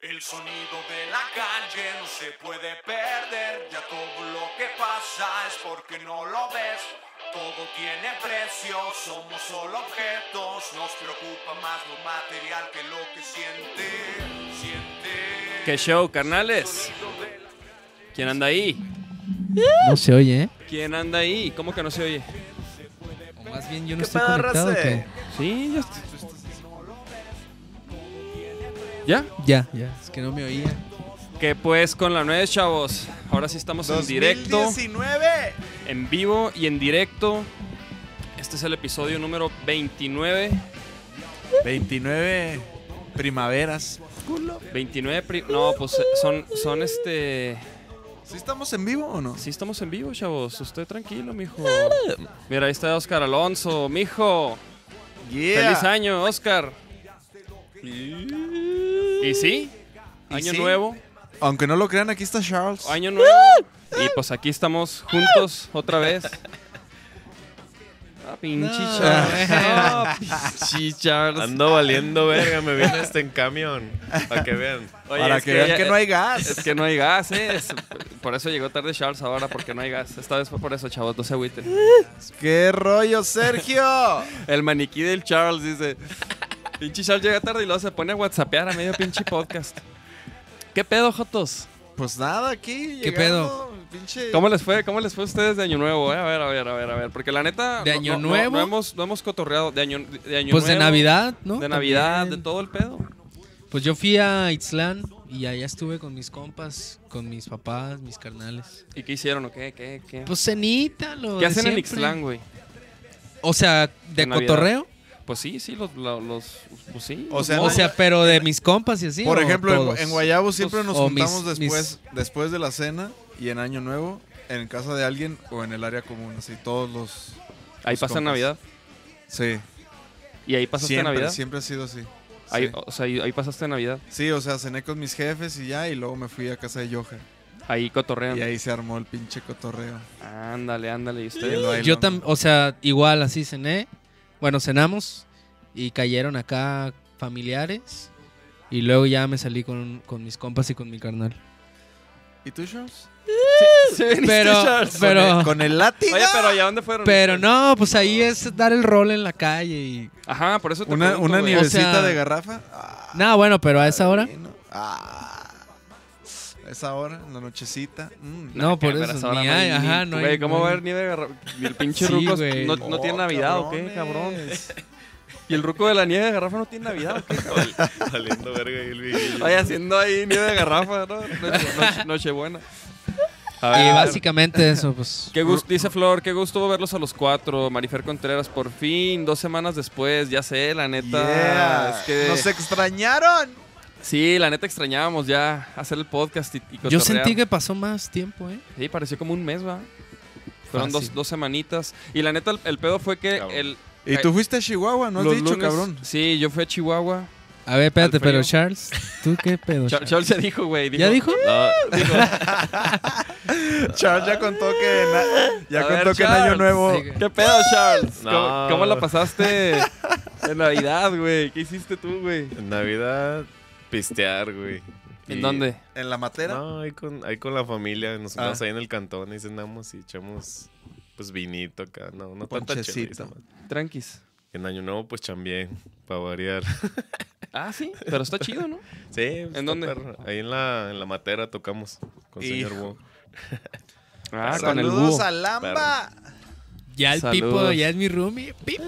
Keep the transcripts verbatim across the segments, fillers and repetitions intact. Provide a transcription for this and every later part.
El sonido de la calle no se puede perder, ya todo lo que pasa es porque no lo ves. Todo tiene precio, somos solo objetos, nos preocupa más lo material que lo que siente, siente. ¿Qué show, carnales? ¿Quién anda ahí? No se oye, ¿eh? ¿Quién anda ahí? ¿Cómo que no se oye? O más bien yo no ¿Qué estoy pedo, conectado. raza? ¿Qué? Sí, ya está. ¿Ya? Ya, ya, es que no me oía. Que pues con la nueve, chavos. Ahora sí estamos en directo, dos mil diecinueve. en vivo y en directo. Este es el episodio número veintinueve. veintinueve primaveras. Culo. veintinueve, pri- no, pues son, son este... ¿Sí estamos en vivo o no? Sí estamos en vivo, chavos. Usted tranquilo, mijo. Mira, ahí está Oscar Alonso, mijo. Yeah. Feliz año, Oscar. Y sí, ¿Y año sí? nuevo, Aunque no lo crean, aquí está Charles. año nuevo. Y pues aquí estamos juntos otra vez. Ah, pinche No, Charles. güey. Ah, pinche Charles. Ando valiendo verga, me viene este en camión. Para que vean. Oye, Para es que vean ya- que no hay gas. Es que no hay gas, ¿eh? Es- por eso llegó tarde Charles ahora, porque no hay gas. Esta vez fue por eso, chavos, no se agüiten. ¡Qué rollo, Sergio! El maniquí del Charles dice... Pinche Charles llega tarde y luego se pone a whatsappear a medio pinche podcast. ¿Qué pedo, jotos? Pues nada, aquí ¿Qué llegando, pinche... ¿Cómo les fue? ¿Cómo les fue a ustedes de Año Nuevo? Eh? A ver, a ver, a ver, a ver. Porque la neta... ¿De no- Año no- no- Nuevo? No, hemos, no hemos cotorreado de Año, de año Pues de Nuevo, Navidad, ¿no? De Navidad, También. de todo el pedo. Pues yo fui a Itzlán y allá estuve con mis compas, con mis papás, mis carnales. ¿Y qué hicieron o qué? ¿Qué, qué? Pues cenita, lo ¿Qué de hacen en siempre. Ixtlán, güey? O sea, de En Navidad. cotorreo. Pues sí, sí, los... los, los- pues sí. O sea, O sea, pero de mis compas y así. Por ¿o ejemplo, en, todos? en Guayabo siempre nos o juntamos mis- después, después de la cena y en Año Nuevo en casa de alguien o en el área común, así todos los... Ahí los pasa compas. Navidad. Sí, ¿Y ahí pasaste siempre, Navidad? siempre ha sido así. Ahí, Sí. o sea, ahí, ahí pasaste Navidad. Sí, o sea, cené con mis jefes y ya, y luego me fui a casa de Johan. Ahí cotorrean. Y ahí se armó el pinche cotorreo. Ándale, ándale. ¿Y Y ustedes? el bailón. Yo también, o sea, igual así cené. Bueno, cenamos y cayeron acá familiares. Y luego ya me salí con, con mis compas y con mi carnal. ¿Y tú, Charles? Sí, viniste, Pero, Charles. pero, ¿Con el látigo? Oye, pero ¿ya dónde fueron? pero no, pues ahí es dar el rol en la calle y... Ajá, por eso te ¿Una, pregunto, una güey. nievecita O sea- de garrafa? Ah, No, bueno, pero a esa hora... bueno. Ah, a esa hora, en la nochecita. mm. No, por Pero eso, esa hora ni no hay, ni- ajá, no güey, hay... ¿cómo no va a hay- haber nieve de garrafa? Y el pinche Sí, ruco güey. no, no tiene Oh, Navidad, ¿o qué, cabrón? cabrones. ¿Y el ruco de la nieve de garrafa no tiene Navidad, o qué, cabrón? Valiendo verga y el viejillo. Vaya haciendo ahí nieve de garrafa, ¿no? Noche, noche- Nochebuena. A Y ver, a ver. básicamente eso, pues... Qué gusto, dice Flor, qué gusto verlos a los cuatro. Marifer Contreras, por fin, dos semanas después, ya sé, la neta. Yeah. Es que, ¡Nos extrañaron! sí, la neta extrañábamos ya hacer el podcast y, y Yo cotorrear. sentí que pasó más tiempo, ¿eh? Sí, pareció como un mes, ¿va? Fueron Fácil. dos, dos semanitas. Y la neta, el, el pedo fue que Cabrón. el... Y tú fuiste a Chihuahua, ¿no has los dicho, lunes- cabrón? Sí, yo fui a Chihuahua. A ver, espérate, Al frío. pero Charles, ¿tú qué pedo? Char- Charles? Charles se dijo, güey. ¿Ya dijo? No, dijo, Charles ya contó que en, a- ya A contó ver, que en Año Charles. Nuevo... Sí. ¿Qué pedo, Charles? No. ¿Cómo, cómo la pasaste en Navidad, güey? ¿Qué hiciste tú, güey? en Navidad, pistear, güey. ¿En Y- dónde? ¿En la matera? No, ahí con, ahí con la familia. Nos sentamos Ah. ahí en el cantón y cenamos y echamos, pues, vinito acá. No, no tanta Ponchecito. chela. Tranquis. En Año Nuevo, pues, también, para variar. Ah, sí, pero está chido, ¿no? Sí, está dónde? perro. Ahí en la, en la matera tocamos con señor Hijo. Bo. Ah, con el ¡Saludos búho. a Lamba! Ya el Saludos. Pipo, ya es mi roomie. ¡Pipo!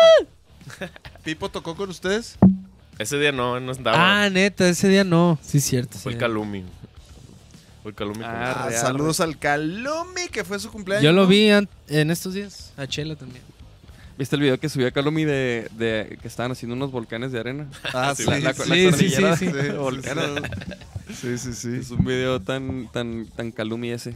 ¿Pipo tocó con ustedes? Ese día no, no estaba. Ah, neta, ese día no. Sí, es cierto. Fue el sí. Calumi. Fue el Calumi. con- Ah, Ah, Arre, saludos al Calumi, que fue su cumpleaños. Yo lo ¿no? vi an- en estos días. A Chela también. ¿Viste el video que subió a Calumi de, de que estaban haciendo unos volcanes de arena? Ah, sí, La- la- sí, la sí, cordillera sí, sí. de volcanes. sí, sí, sí. Es un video tan, tan, tan Calumi ese.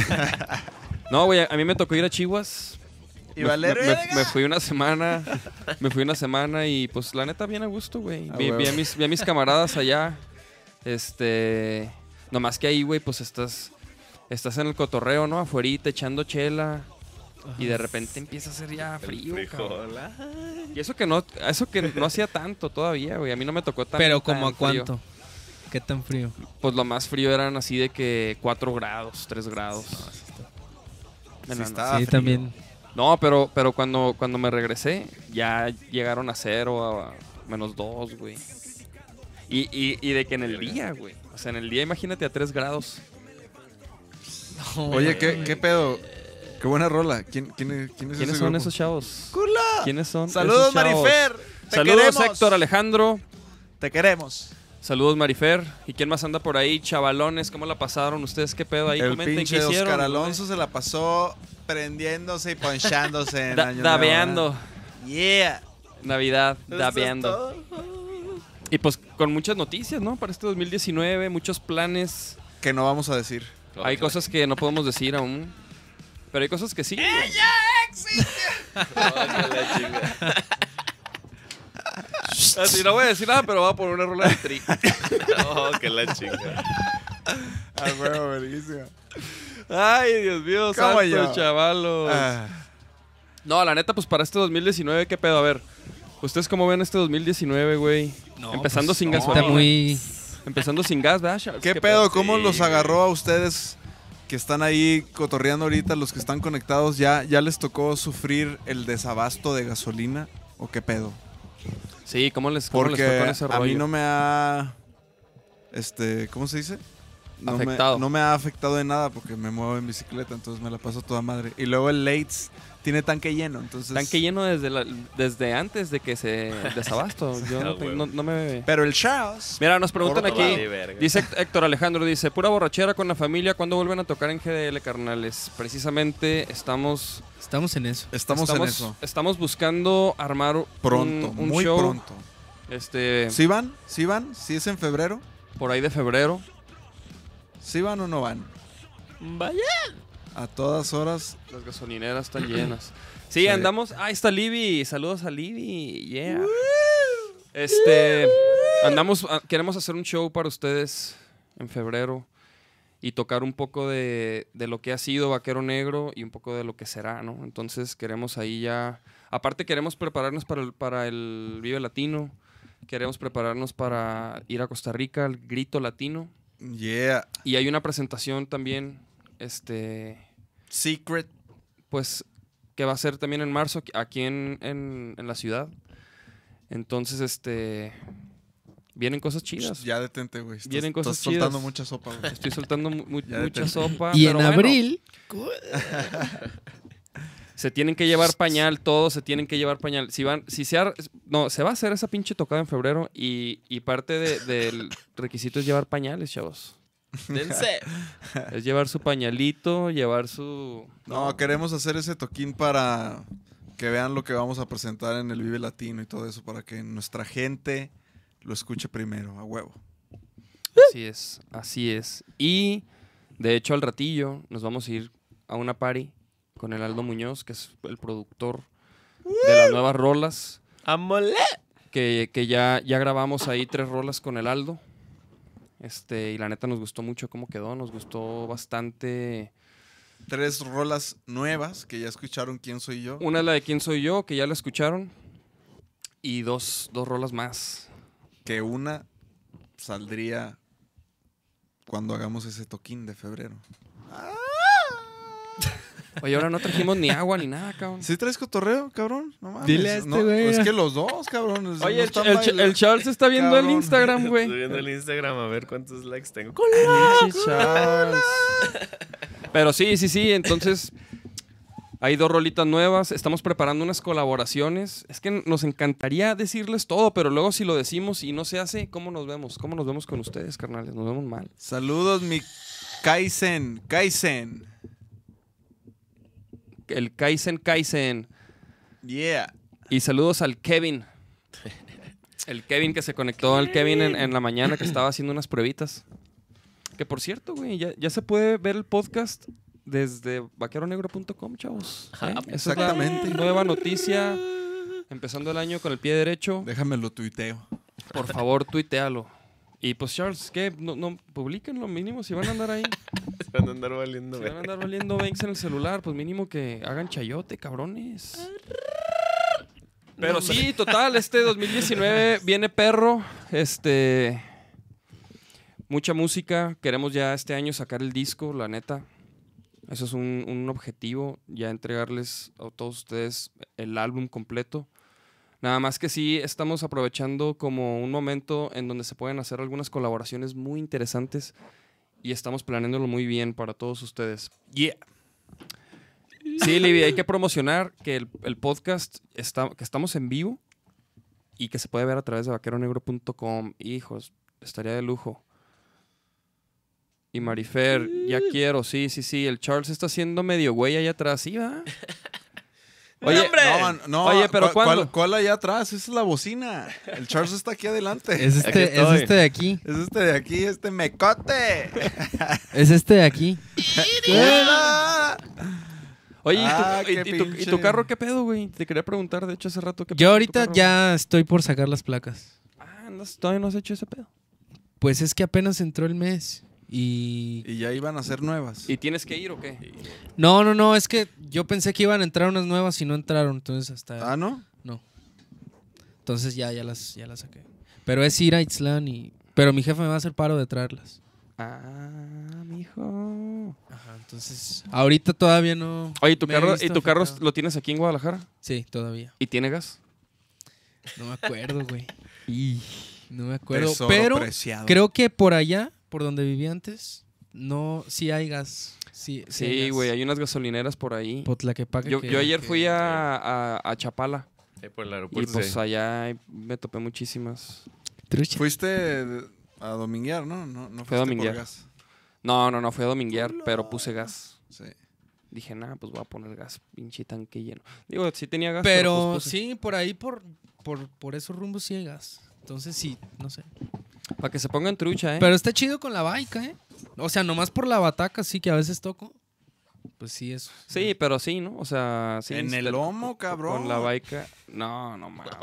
No, güey, a mí me tocó ir a Chihuas. Y Me- valer me, me- verga. me fui una semana, me fui una semana y pues la neta bien a gusto, güey. Ah, Vi, huevo. vi a mis, vi a mis camaradas allá. Este, nomás que ahí, güey, pues estás, estás en el cotorreo, ¿no? Afuerita echando chela y de repente empieza a hacer ya El frío, cabrón. frijol. Y eso que no, eso que no hacía tanto todavía, güey. A mí no me tocó tan Pero como a tan frío. cuánto. ¿Qué tan frío? Pues lo más frío eran así de que cuatro grados, tres grados. En Sí la estaba noche. Sí, frío. también. No, pero, pero cuando, cuando me regresé, ya llegaron a cero, a menos dos, güey. Y, y, y de que en el día, güey. O sea, en el día, imagínate a tres grados. Oye, ¿qué, ¿qué pedo? Qué buena rola. ¿Quién, quién, es- quién es ¿Quiénes ese son grupo? esos chavos? ¡Cula! ¿Quiénes son? Saludos, esos chavos? Marifer. Te Saludos, queremos. Héctor Alejandro. Te queremos. Saludos, Marifer. ¿Y quién más anda por ahí? Chavalones, ¿cómo la pasaron? ¿Ustedes qué pedo ahí? El Comenten pinche qué hicieron. Oscar Alonso se la pasó prendiéndose y ponchándose en Da- año dabeando. nuevo. Yeah. Navidad, Esto es dabeando. todo. Y pues con muchas noticias, ¿no? Para este dos mil diecinueve, muchos planes. Que no vamos a decir. Hay cosas que no podemos decir aún. Pero hay cosas que sí. Así no voy a decir nada, pero voy a poner una rola de tri. Oh, que la chica. Ah, huevo, verguísima. Ay, Dios mío, ¿Cómo santo, yo? chavalos. Ah, No, la neta, pues para este dos mil diecinueve, ¿qué pedo? A ver, ¿ustedes cómo ven este dos mil diecinueve, güey? No, Empezando pues, sin no, gasolina. Está muy... Empezando sin gas, ¿verdad, Charles? ¿Qué pedo? ¿Cómo Sí, los güey. agarró a ustedes que están ahí cotorreando ahorita, los que están conectados? ¿Ya, ya les tocó sufrir el desabasto de gasolina? ¿O qué pedo? Sí, ¿cómo les, cómo les Porque fue con ese a rollo? mí no me ha... Este, ¿cómo se dice? No Afectado. Me, no me ha afectado en nada porque me muevo en bicicleta, entonces me la paso toda madre. Y luego el Lates tiene tanque lleno, entonces... Tanque lleno desde, la- desde antes de que se desabasto. Yo no, Ah, te- huevo. no- no me... Pero el Charles... Mira, nos preguntan Por aquí. otro Vale, verga. Dice Héct- Héctor Alejandro, dice, pura borrachera con la familia, ¿cuándo vuelven a tocar en G D L, carnales? Precisamente estamos... Estamos en eso. Estamos, en eso. Estamos buscando armar un- Pronto, un, muy show, pronto. Este, ¿Sí van? ¿Sí van? ¿Sí es en febrero? por ahí de febrero. ¿Sí van o no van? Vaya. A todas horas. Las gasolineras están llenas. Sí, Sí. andamos. Ahí está Libby. Saludos a Libby. Yeah. Este, andamos, ah, queremos hacer un show para ustedes en febrero y tocar un poco de, de lo que ha sido Vaquero Negro y un poco de lo que será, ¿no? Entonces queremos ahí ya... Aparte queremos prepararnos para el, para el Vive Latino. Queremos prepararnos para ir a Costa Rica, al Grito Latino. Yeah. Y hay una presentación también, este... Secret. pues que va a ser también en marzo aquí- aquí en, en, en la ciudad. Entonces, este vienen cosas chidas. Ya detente, güey. Estás, Vienen cosas estás soltando chidas. mucha sopa, güey. Estoy soltando mu- mu- Ya mucha detente. sopa. Y pero en bueno, abril... se tienen que llevar pañal, todos se tienen que llevar pañal. Si van, si se ar- no, se va a hacer esa pinche tocada en febrero y, y parte de- del requisito es llevar pañales, chavos. Dense. Es llevar su pañalito, llevar su... No, queremos hacer ese toquín para que vean lo que vamos a presentar en el Vive Latino y todo eso, para que nuestra gente lo escuche primero, a huevo. Así es, así es. Y de hecho al ratillo nos vamos a ir a una party con el Aldo Muñoz, que es el productor de las nuevas rolas, ¡Amolé! que, que ya, ya grabamos ahí tres rolas con el Aldo. Este, y la neta nos gustó mucho cómo quedó, nos gustó bastante. Tres rolas nuevas que ya escucharon quién soy yo. Una es la de Quién Soy Yo, que ya la escucharon, y dos, dos rolas más. Que una saldría cuando hagamos ese toquín de febrero. Oye, ahora no trajimos ni agua ni nada, cabrón. ¿Sí traes cotorreo, cabrón? No mames. Dile a este No, güey. Es que los dos, cabrón. Oye, no el, están el- bailando. el Charles está viendo el Cabrón. Instagram, güey. Estoy viendo el Instagram a ver cuántos likes tengo. Pinche Charles. Pero sí, sí, sí. Entonces, hay dos rolitas nuevas. Estamos preparando unas colaboraciones. Es que nos encantaría decirles todo, pero luego si lo decimos y no se hace, ¿cómo nos vemos? ¿Cómo nos vemos con ustedes, carnales? Nos vemos mal. Saludos, mi Kaizen. Kaizen. El Kaizen Kaizen. Yeah. Y saludos al Kevin. El Kevin que se conectó al Kevin en, en la mañana, que estaba haciendo unas pruebitas. Que por cierto, güey, ya, ya se puede ver el podcast desde vaquero negro punto com, chavos. ¿Eh? Esa es la exactamente. nueva noticia. Empezando el año con el pie derecho. Déjame lo tuiteo. Por favor, tuitealo. Y pues, Charles, ¿qué? No, no publiquen lo mínimo si van a andar ahí. Van a andar valiendo. Si van a verga. andar valiendo banks en el celular, pues mínimo que hagan chayote, cabrones. Pero sí, total, este dos mil diecinueve viene perro. Este. mucha música. Queremos ya este año sacar el disco, la neta. Eso es un, un objetivo, ya entregarles a todos ustedes el álbum completo. Nada más que sí estamos aprovechando como un momento en donde se pueden hacer algunas colaboraciones muy interesantes y estamos planeándolo muy bien para todos ustedes. Yeah. Sí, Libby, hay que promocionar que el, el podcast está, que estamos en vivo y que se puede ver a través de vaquero negro punto com. Hijos, estaría de lujo. Y Marifer, ya quiero, sí, sí, sí. El Charles está haciendo medio güey allá atrás, ¿sí, va? Oye, No, no, Oye, pero ¿cuál, ¿cuándo? ¿cuál, cuál allá atrás? Esa es la bocina. El Charles está aquí adelante. Es Aquí este, es estoy. este de aquí. Es este de aquí, este mecote. Es este de aquí. Oye, ¿y, Ah, tu, y- qué y tu, y pinche. tu carro qué pedo, güey? Te quería preguntar, de hecho, hace rato. ¿qué pedo Yo con tu ahorita carro? ya estoy por sacar las placas. Ah, andas- todavía no has hecho ese pedo. Pues es que apenas entró el mes. Y... Y ya iban a ser nuevas. ¿Y tienes que ir o qué? No, no, no, es que yo pensé que iban a entrar unas nuevas y no entraron, entonces hasta... Ah, ¿no? No. Entonces ya, ya las, ya las saqué. Pero es ir a Itzlán y... Pero mi jefe me va a hacer paro de traerlas. Ah, mijo. Ajá, entonces... Ahorita todavía no... Oye, ¿tu me he carro, visto ¿y tu carro afectado. lo tienes aquí en Guadalajara? Sí, todavía. ¿Y tiene gas? No me acuerdo, güey. Y... No me acuerdo. Tesoro Pero preciado. creo que por allá, por donde vivía antes, no... Sí hay gas. Sí, hay Sí, gas. güey, hay unas gasolineras por ahí. Por Tlaquepaque Yo, que- yo ayer que- fui a, a, a Chapala Ahí por el y aeropuerto. pues sí. allá me topé muchísimas. Trucha. Fuiste a dominguear, ¿no? No, no Fui a fuiste dominguear. por gas. No, no, no, fui a dominguear, pero puse gas. Sí. Dije, nada, pues voy a poner gas, pinche tanque lleno. Digo, sí tenía gas, pero, Pero pues, puse. sí, por ahí, por, por, por esos rumbos sí hay gas. Entonces sí, no sé. Para que se pongan trucha, ¿eh? Pero está chido con la baica, ¿eh? O sea, nomás por la bataca sí que a veces toco. Pues sí, eso. Sí, pero sí, ¿no? O sea, sí. En el te- lomo, cabrón. Con la baica. No, no mames.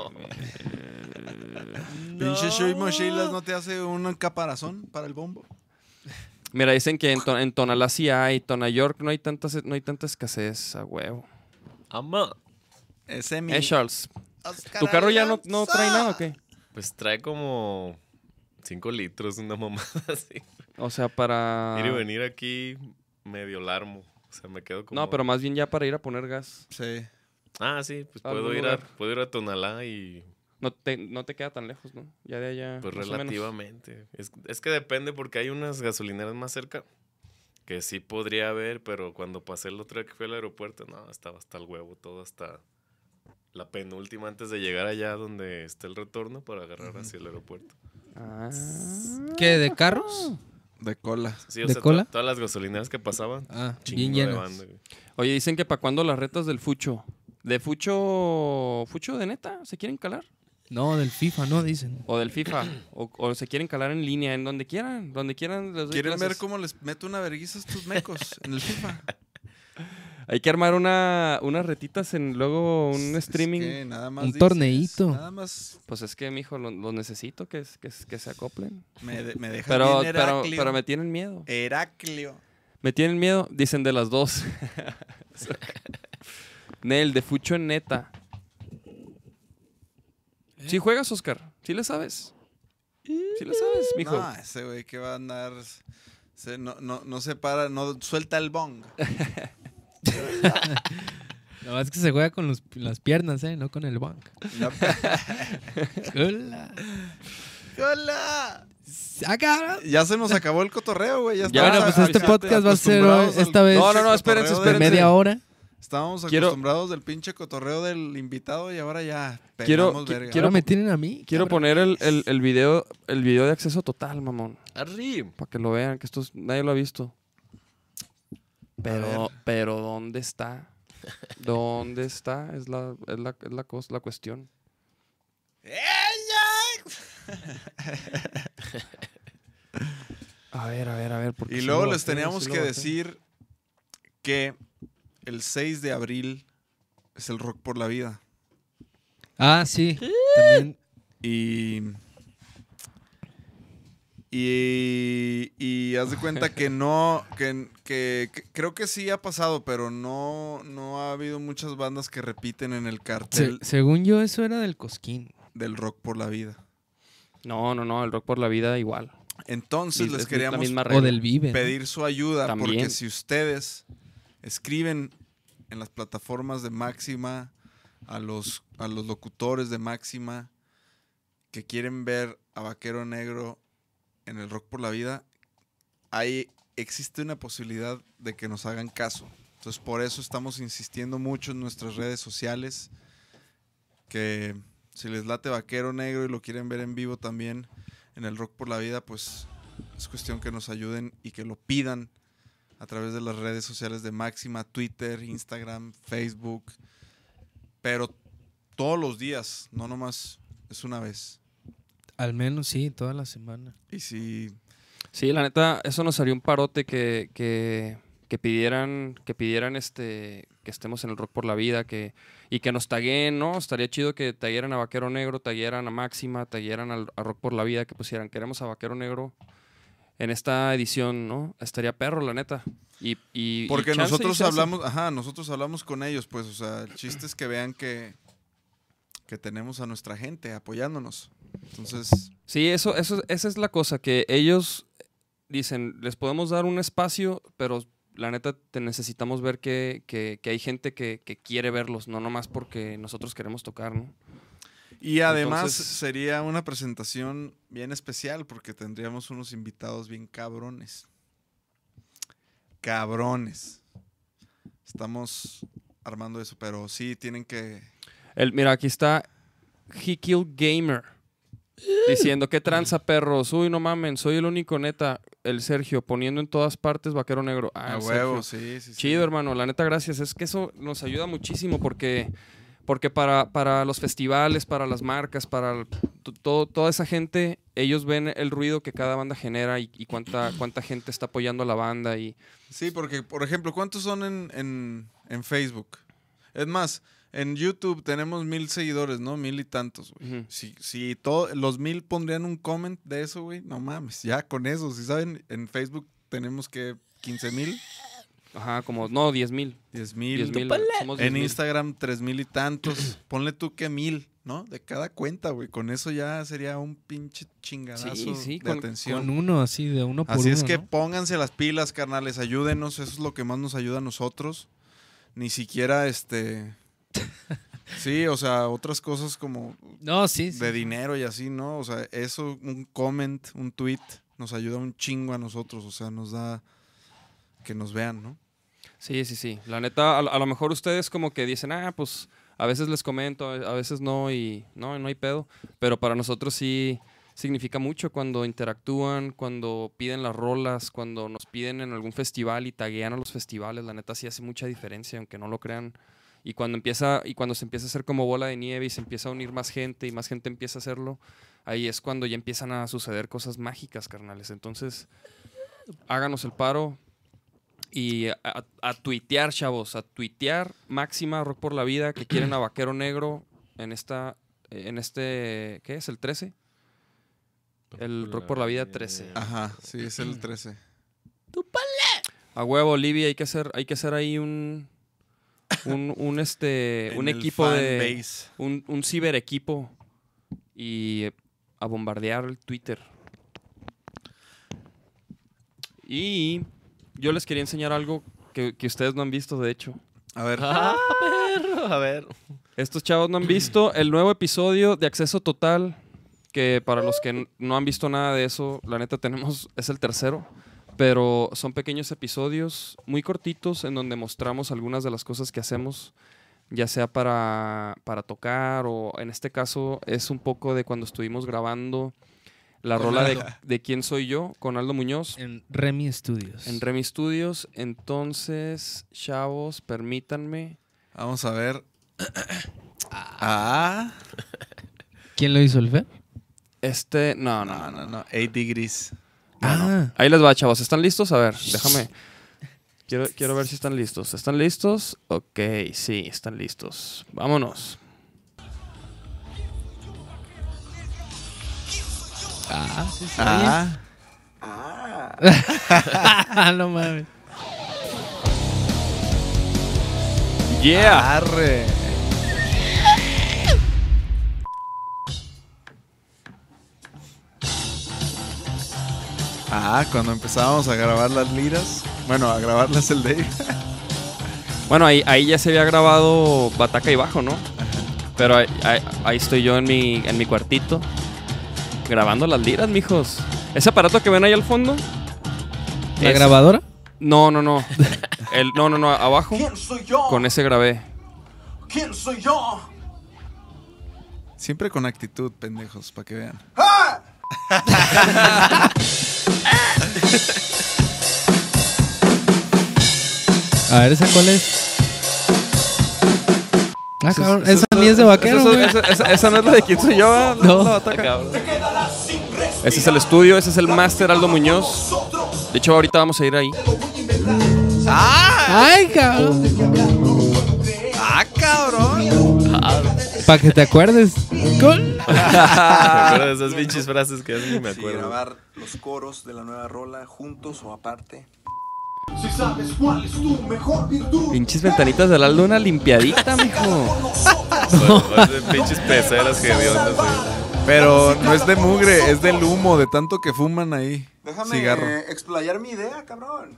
Pinche Shui Mochilas no te hace un caparazón para el bombo. Mira, dicen que en, To- en Tonalá sí hay, Tona York no hay, tantas, no hay tanta escasez, a huevo. Ama. Ese mi. Eh, Charles, ¿tu carro ya no, no trae nada o qué? Pues trae como cinco litros, una mamada así. O sea, para... Ir y venir aquí medio larmo. O sea, me quedo como... No, pero más bien ya para ir a poner gas. Sí. Ah, sí, pues ¿A puedo algún ir, a, lugar? puedo ir a Tonalá y No te, no te queda tan lejos, ¿no? Ya de allá. pues más o menos. relativamente. Es, es que depende porque hay unas gasolineras más cerca que sí podría haber, pero cuando pasé el otro día que fui al aeropuerto, no, estaba hasta el huevo, todo hasta la penúltima antes de llegar allá donde está el retorno para agarrar hacia el aeropuerto. Ah. ¿Qué? ¿De carros? De cola. Sí, o ¿De sea, to- cola? todas las gasolineras que pasaban, Ah, chingo bien de llenas. banda, güey. Oye, dicen que para cuándo las retas del Fucho. ¿De Fucho... ¿Fucho de neta? ¿Se quieren calar? No, del FIFA, no, dicen. O del FIFA. o, o se quieren calar en línea, en donde quieran. Donde quieran les doy ¿Quieren ver clases. cómo les meto una vergüenza a estos mecos en el FIFA? Hay que armar una, unas retitas en luego un Es streaming. que nada más Un dices, torneíto. Nada más Pues es que, mijo, lo, lo necesito que, que, que se acoplen. me, de- me dejas Pero, bien pero, Heraclio. pero me tienen miedo. Heraclio. Me tienen miedo, dicen de las dos. Nel, de Fucho en neta. ¿Sí juegas, Oscar? ¿Sí le sabes? ¿Sí le sabes, mijo? No, ese güey que va a andar... se- no, no, no se para, no suelta el bong. La verdad es que se juega con los- las piernas, ¿eh? No con el bank. No. Hola. ¡Hola! ¡Saca! Ya se nos acabó el cotorreo, güey. Ya Ya, Bueno, estamos pues este a- podcast va a ser hoy- acostumbrados al esta vez No, no, no, pinche espérense, cotorreo de espérense. media hora. Estábamos Quiero- acostumbrados del pinche cotorreo del invitado y ahora ya Quiero- pegamos qui- verga. quiero- Ahora me tienen a mí. Quiero cabrón. poner el, el, el video el video de acceso total, mamón. ¡Arri! Para que lo vean, que esto es- nadie lo ha visto. Pero, pero ¿dónde está? ¿Dónde está? Es la, es la, es la, cos- la cuestión. A ver, a ver, a ver. porque Y sí luego lo les bajé, teníamos sí lo que bajé. decir que el seis de abril es el Rock por la Vida. Ah, sí. También. Y. Y, y haz de cuenta que no, que, que- que creo que sí ha pasado, pero no, no ha habido muchas bandas que repiten en el Se- cartel según yo, eso era del Cosquín. del Rock por la Vida. No, no, no, el Rock por la Vida igual. Entonces Es les la queríamos misma O regla. del Vive. ¿no? pedir su ayuda También. porque si ustedes escriben en las plataformas de Máxima a los, a los locutores de Máxima que quieren ver a Vaquero Negro en el Rock por la Vida, ahí existe una posibilidad de que nos hagan caso. Entonces por eso estamos insistiendo mucho en nuestras redes sociales que si les late Vaquero Negro y lo quieren ver en vivo también en el Rock por la Vida, pues es cuestión que nos ayuden y que lo pidan a través de las redes sociales de Máxima, Twitter, Instagram, Facebook, pero todos los días, no nomás es una vez. Al menos sí, toda la semana. Y si Sí, la neta, eso nos haría un parote que, que, que pidieran, que pidieran este, que estemos en el Rock por la Vida, que, y que nos tagueen, ¿no? Estaría chido que taguearan a Vaquero Negro, taguearan a Máxima, taguearan al, a Rock por la Vida, que pusieran, queremos a Vaquero Negro en esta edición, ¿no? Estaría perro, la neta. Y, y, porque y chance nosotros y se hace. hablamos, ajá, nosotros hablamos con ellos, pues, o sea, el chiste es que vean que, que tenemos a nuestra gente apoyándonos. Entonces, Sí, eso, eso, esa es la cosa, que ellos dicen, les podemos dar un espacio, pero la neta te necesitamos ver que, que, que hay gente que, que quiere verlos, no nomás porque nosotros queremos tocar, ¿no? y además Entonces- sería una presentación bien especial porque tendríamos unos invitados bien cabrones. Cabrones. Estamos armando eso, pero sí tienen que... El, mira, aquí está He Kill Gamer diciendo, ¿qué tranza, perros? Uy, no mamen, soy el único, neta. El Sergio, poniendo en todas partes Vaquero Negro. Ah, A el huevo, Sergio. sí, sí, sí. Chido, hermano, la neta, gracias. Es que eso nos ayuda muchísimo porque, porque para, para los festivales, para las marcas, para el- to- todo, toda esa gente, ellos ven el ruido que cada banda genera y, y cuánta, cuánta gente está apoyando a la banda. Y Sí, porque, por ejemplo, ¿cuántos son en, en, en Facebook? Es más, en YouTube tenemos mil seguidores, ¿no? Mil y tantos, güey. Ujú. Si, si todo, los mil pondrían un comment de eso, güey, no mames, ya con eso. Si saben, en Facebook tenemos que quince mil, Ajá, como, no, diez mil. diez diez mil. mil. Somos En diez mil. Instagram tres mil y tantos. Ponle tú que mil, ¿no? De cada cuenta, güey. Con eso ya sería un pinche chingadazo Sí, sí, de con- atención. Con uno así, de uno por Así uno. es que ¿no? pónganse las pilas, carnales, ayúdenos, eso es lo que más nos ayuda a nosotros. Ni siquiera este sí, o sea, otras cosas como No, sí, sí. de dinero y así, ¿no? O sea, eso, un comment, un tweet, nos ayuda un chingo a nosotros, o sea, nos da que nos vean, ¿no? Sí, sí, sí. La neta, a, a lo mejor ustedes como que dicen, ah, pues a veces les comento, a veces no, y no, no hay pedo. Pero para nosotros sí significa mucho cuando interactúan, cuando piden las rolas, cuando nos piden en algún festival y taguean a los festivales. La neta sí hace mucha diferencia, aunque no lo crean. Y cuando empieza, y cuando se empieza a hacer como bola de nieve y se empieza a unir más gente y más gente empieza a hacerlo, ahí es cuando ya empiezan a suceder cosas mágicas, carnales. Entonces, háganos el paro. Y a, a- a tuitear, chavos, a tuitear Máxima, Rock por la Vida, que quieren a Vaquero Negro en esta, en este, ¿qué es? ¿El trece? El Rock por la Vida trece. Ajá, sí, es el trece. A huevo, Olivia, hay que hacer, hay que hacer ahí un, un, un este, En un el equipo fan de, base. un, un ciber equipo y eh, a bombardear el Twitter. Y yo les quería enseñar algo que, que ustedes no han visto, de hecho. A ver, Ah, perro, a ver. Estos chavos no han visto el nuevo episodio de Acceso Total, que para los que n- no han visto nada de eso, la neta tenemos, es el tercero, pero son pequeños episodios muy cortitos en donde mostramos algunas de las cosas que hacemos, ya sea para, para tocar o en este caso es un poco de cuando estuvimos grabando la Con rola de, Aldo. de ¿Quién soy yo? Con Aldo Muñoz. En Remy Studios. En Remy Studios. Entonces, chavos, permítanme. vamos a ver. Ah, ¿Quién lo hizo, el Fer? Este, no, no, no, no. no, no, eight degrees. Ah, Ahí les va, chavos. ¿Están listos? A ver, déjame. Quiero, quiero ver si están listos. ¿Están listos? Ok, sí, están listos. Vámonos. ah, sí, sí. Ah, Ah, no mames. Yeah. arre. Ah, cuando empezábamos a grabar las liras. Bueno, a grabarlas el Dave. Bueno, ahí, ahí ya se había grabado bataca y bajo, ¿no? Pero ahí, ahí, ahí estoy yo en mi, en mi cuartito grabando las liras, mijos. Ese aparato que ven ahí al fondo. ¿La es- grabadora? No, no, no. El, no, no, no, abajo. ¿Quién soy yo? Con ese grabé. ¿Quién soy yo? Siempre con actitud, pendejos, para que vean. A ver, ¿esa cuál es? Ah, Eso- cabrón, eso- esa ni es de vaquero, eso- güey. eso- esa, esa no es la de quién soy yo, ¿verdad? No. La bataca. Ese es el estudio, ese es el Máster Aldo Muñoz. De hecho, ahorita vamos a ir ahí. Ay, cabrón. ¡Ah, cabrón! Para que te acuerdes. Gol. Me acuerdo de esas pinches frases que ya ni me Sí, acuerdo. grabar los coros de la nueva rola juntos o aparte. Si sabes cuál es tu mejor virtud. Pinches ventanitas del Aldo, una limpiadita, mijo. Bueno, de pinches peceras hediondas, güey. Pero no es de mugre, es del humo, de tanto que fuman ahí. Déjame Cigarro. eh, explayar mi idea, cabrón.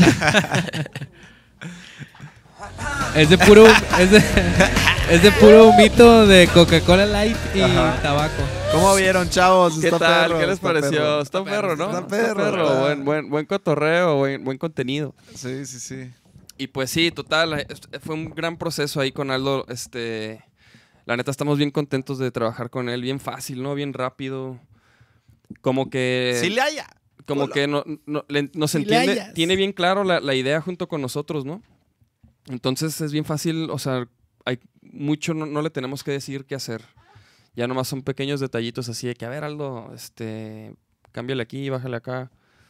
Es de puro, es de, es de puro humito de Coca-Cola Light y Ajá. tabaco. ¿Cómo vieron, chavos? ¿Qué Está tal? perro, ¿Qué les está pareció? perro. Está perro, ¿no? Está perro, está- Buen, buen, buen cotorreo, buen, buen contenido. Sí, sí, sí. Y pues sí, total, eh, fue un gran proceso ahí con Aldo. Este, la neta, estamos bien contentos de trabajar con él. Bien fácil, ¿no? Bien rápido. Como que... Sí le haya. como que no, no- le- nos Si le entiende, hallas. tiene bien claro la, la idea junto con nosotros, ¿no? Entonces es bien fácil, o sea, hay mucho, no, no le tenemos que decir qué hacer. Ya nomás son pequeños detallitos así de que, a ver, Aldo, este, cámbiale aquí, bájale acá.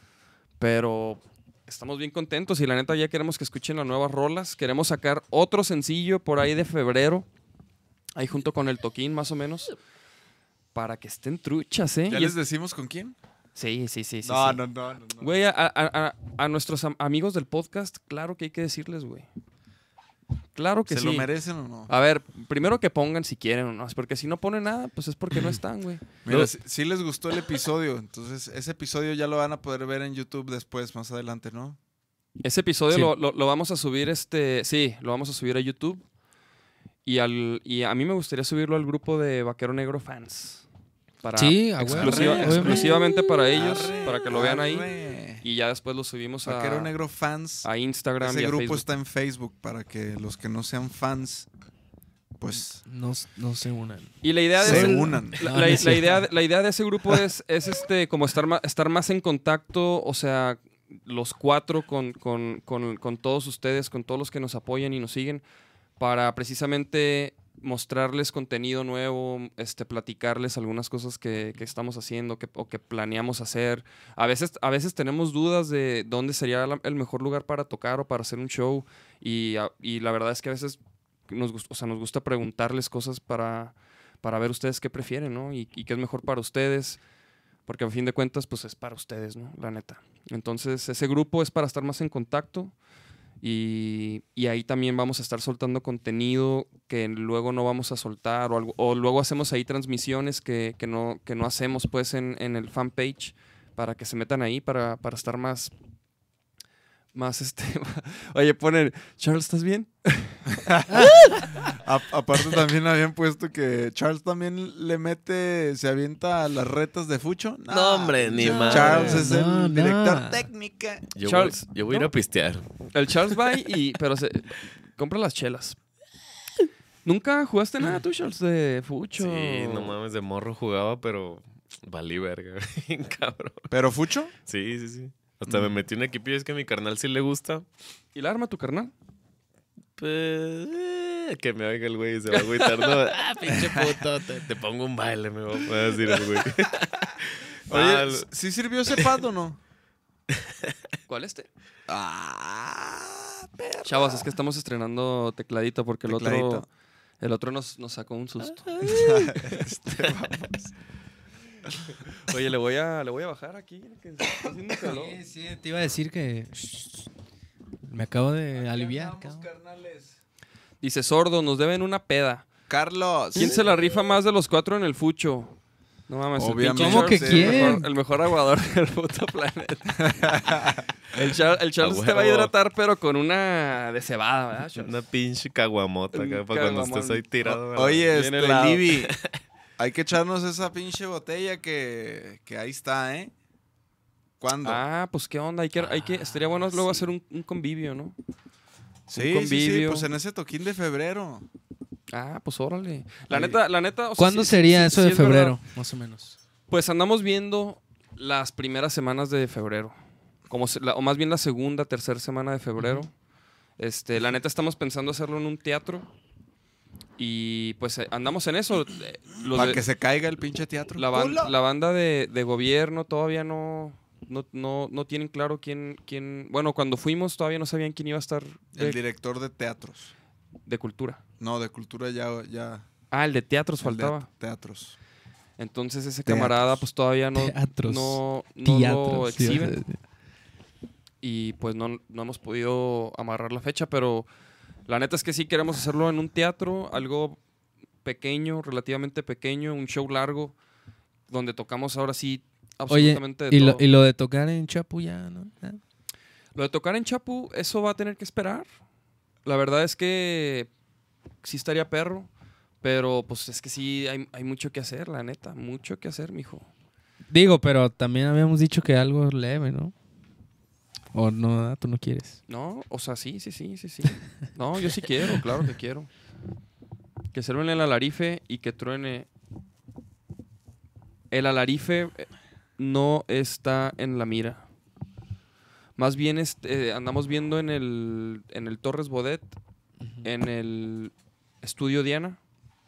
Pero estamos bien contentos y la neta ya queremos que escuchen las nuevas rolas. Queremos sacar otro sencillo por ahí de febrero, ahí junto con el toquín más o menos, para que estén truchas, ¿eh? ¿Ya Y les es- decimos con quién? Sí, sí, sí, sí. no, sí. no, no, no, no. Güey, a, a- a- a nuestros am- amigos del podcast, claro que hay que decirles, güey. Claro que ¿Se sí. lo merecen o no? A ver, primero que pongan si quieren o no. Porque si no ponen nada, pues es porque no están, güey. Mira, si, si les gustó el episodio, entonces ese episodio ya lo van a poder ver en YouTube después, más adelante, ¿no? Ese episodio Sí. lo, lo- lo vamos a subir, este, sí, lo vamos a subir a YouTube. Y, al, y a mí me gustaría subirlo al grupo de Vaquero Negro Fans. Para Sí, a huevo. exclusiva- Arre, exclusivamente para ellos, Arre, para que lo vean ahí. arre. Y ya después lo subimos a, Vaquero Negro Fans. a Instagram y Ese a grupo Facebook. está en Facebook para que los que no sean fans, pues No, no se unan. Y la idea de se ese- unan. La, No, la- no es la cierto. idea, de- la idea de ese grupo es, es este, como estar, ma- estar más en contacto, o sea, los cuatro con, con- con- con todos ustedes, con todos los que nos apoyan y nos siguen, para precisamente mostrarles contenido nuevo, este, platicarles algunas cosas que, que estamos haciendo que, o que planeamos hacer. A veces, a veces tenemos dudas de dónde sería la- el mejor lugar para tocar o para hacer un show y, a- y la verdad es que a veces nos, gust- o sea, nos gusta preguntarles cosas para, para ver ustedes qué prefieren, ¿no? Y, y qué es mejor para ustedes, porque a fin de cuentas, pues es para ustedes, ¿no? La neta. Entonces, ese grupo es para estar más en contacto y, y ahí también vamos a estar soltando contenido que luego no vamos a soltar o, algo, o luego hacemos ahí transmisiones que, que, no, que no hacemos pues en, en el fanpage para que se metan ahí para, para estar más... Más este... Oye, ponen... Charles, ¿estás bien? A- aparte también habían puesto que Charles también le mete, se avienta a las retas de Fucho. No, hombre, ni Charles madre. Charles es No, el no. director técnica. Yo, Charles, voy, yo voy a ir ¿no? a pistear. El Charles va y... Pero se... Compra las chelas. ¿Nunca jugaste nada tú, Charles, de Fucho? Sí, no mames, de morro jugaba, pero valí verga, bien cabrón. ¿Pero Fucho? Sí, sí, sí. Hasta me metí un equipo y es que a mi carnal sí le gusta. ¿Y la arma tu carnal? Pues, eh, que me oiga el güey y se va a agüitar. No, ah, pinche puto, te, te pongo un baile, me va a decir el güey. Oye, Ah, lo- ¿sí sirvió ese pad o no? ¿Cuál este? Ah, perro. Chavos, es que estamos estrenando tecladito porque el otro... Tecladito. El otro nos, nos sacó un susto. Este, vamos. Oye, le voy a, le voy a bajar aquí. Que está haciendo calor. Sí, sí, te iba a decir que me acabo de aliviar, cabrón. Dice Sordo, nos deben una peda. Carlos. ¿Quién se la rifa más de los cuatro en el fucho? No mames, el Obviamente. pinche ¿Cómo que Charles es el quién? mejor, el mejor aguador del puto planeta. el, Char- el Charles A te va a huevo. hidratar, pero con una de cebada, ¿verdad, Charles? Una pinche caguamota acá Un para cuando caguamón. estés ahí tirado. ¿verdad? Oye, Bien este, helado. Libby, hay que echarnos esa pinche botella que, que ahí está, ¿eh? ¿Cuándo? Ah, pues qué onda, hay que, hay que, estaría bueno luego hacer un, un convivio, ¿no? sí, sí, sí, convivio. pues en ese toquín de febrero. Ah, pues órale. La Ahí. neta, la neta. o sea, ¿Cuándo sí- sería sí- eso sí de es verdad. febrero? Más o menos. Pues andamos viendo las primeras semanas de febrero. Como se- la- o más bien la segunda, tercera semana de febrero. Este, la neta estamos pensando hacerlo en un teatro. Y pues eh, andamos en eso. Eh, los Para de- que se caiga el pinche teatro. la, ban- ¡Hola! la banda de, de gobierno todavía no, no, no, no tienen claro quién, quién. Bueno, cuando fuimos todavía no sabían quién iba a estar El de, director de teatros. de cultura. No, de cultura ya... ya Ah, el de teatros el de faltaba. teatros. Entonces ese Teatros. camarada pues todavía no, Teatros. no, no lo Teatros. sí, exhibe. o sea, Y pues no, no hemos podido amarrar la fecha, pero la neta es que sí queremos hacerlo en un teatro, algo pequeño, relativamente pequeño, un show largo, donde tocamos ahora sí Oye, absolutamente de y lo, todo. y lo de tocar en Chapu ya, ¿no? Ah. Lo de tocar en Chapu, eso va a tener que esperar. La verdad es que sí estaría perro, pero pues es que sí hay, hay mucho que hacer, la neta, mucho que hacer, mijo. Digo, pero también habíamos dicho que algo leve, ¿no? O no, ah, tú no quieres. No, o sea, sí, sí, sí, sí, sí. No, yo sí quiero, claro que quiero. Que se truene el alarife y que truene... El alarife eh, no está en la mira. Más bien este, eh, andamos viendo en el, en el Torres Bodet, en el Estudio Diana.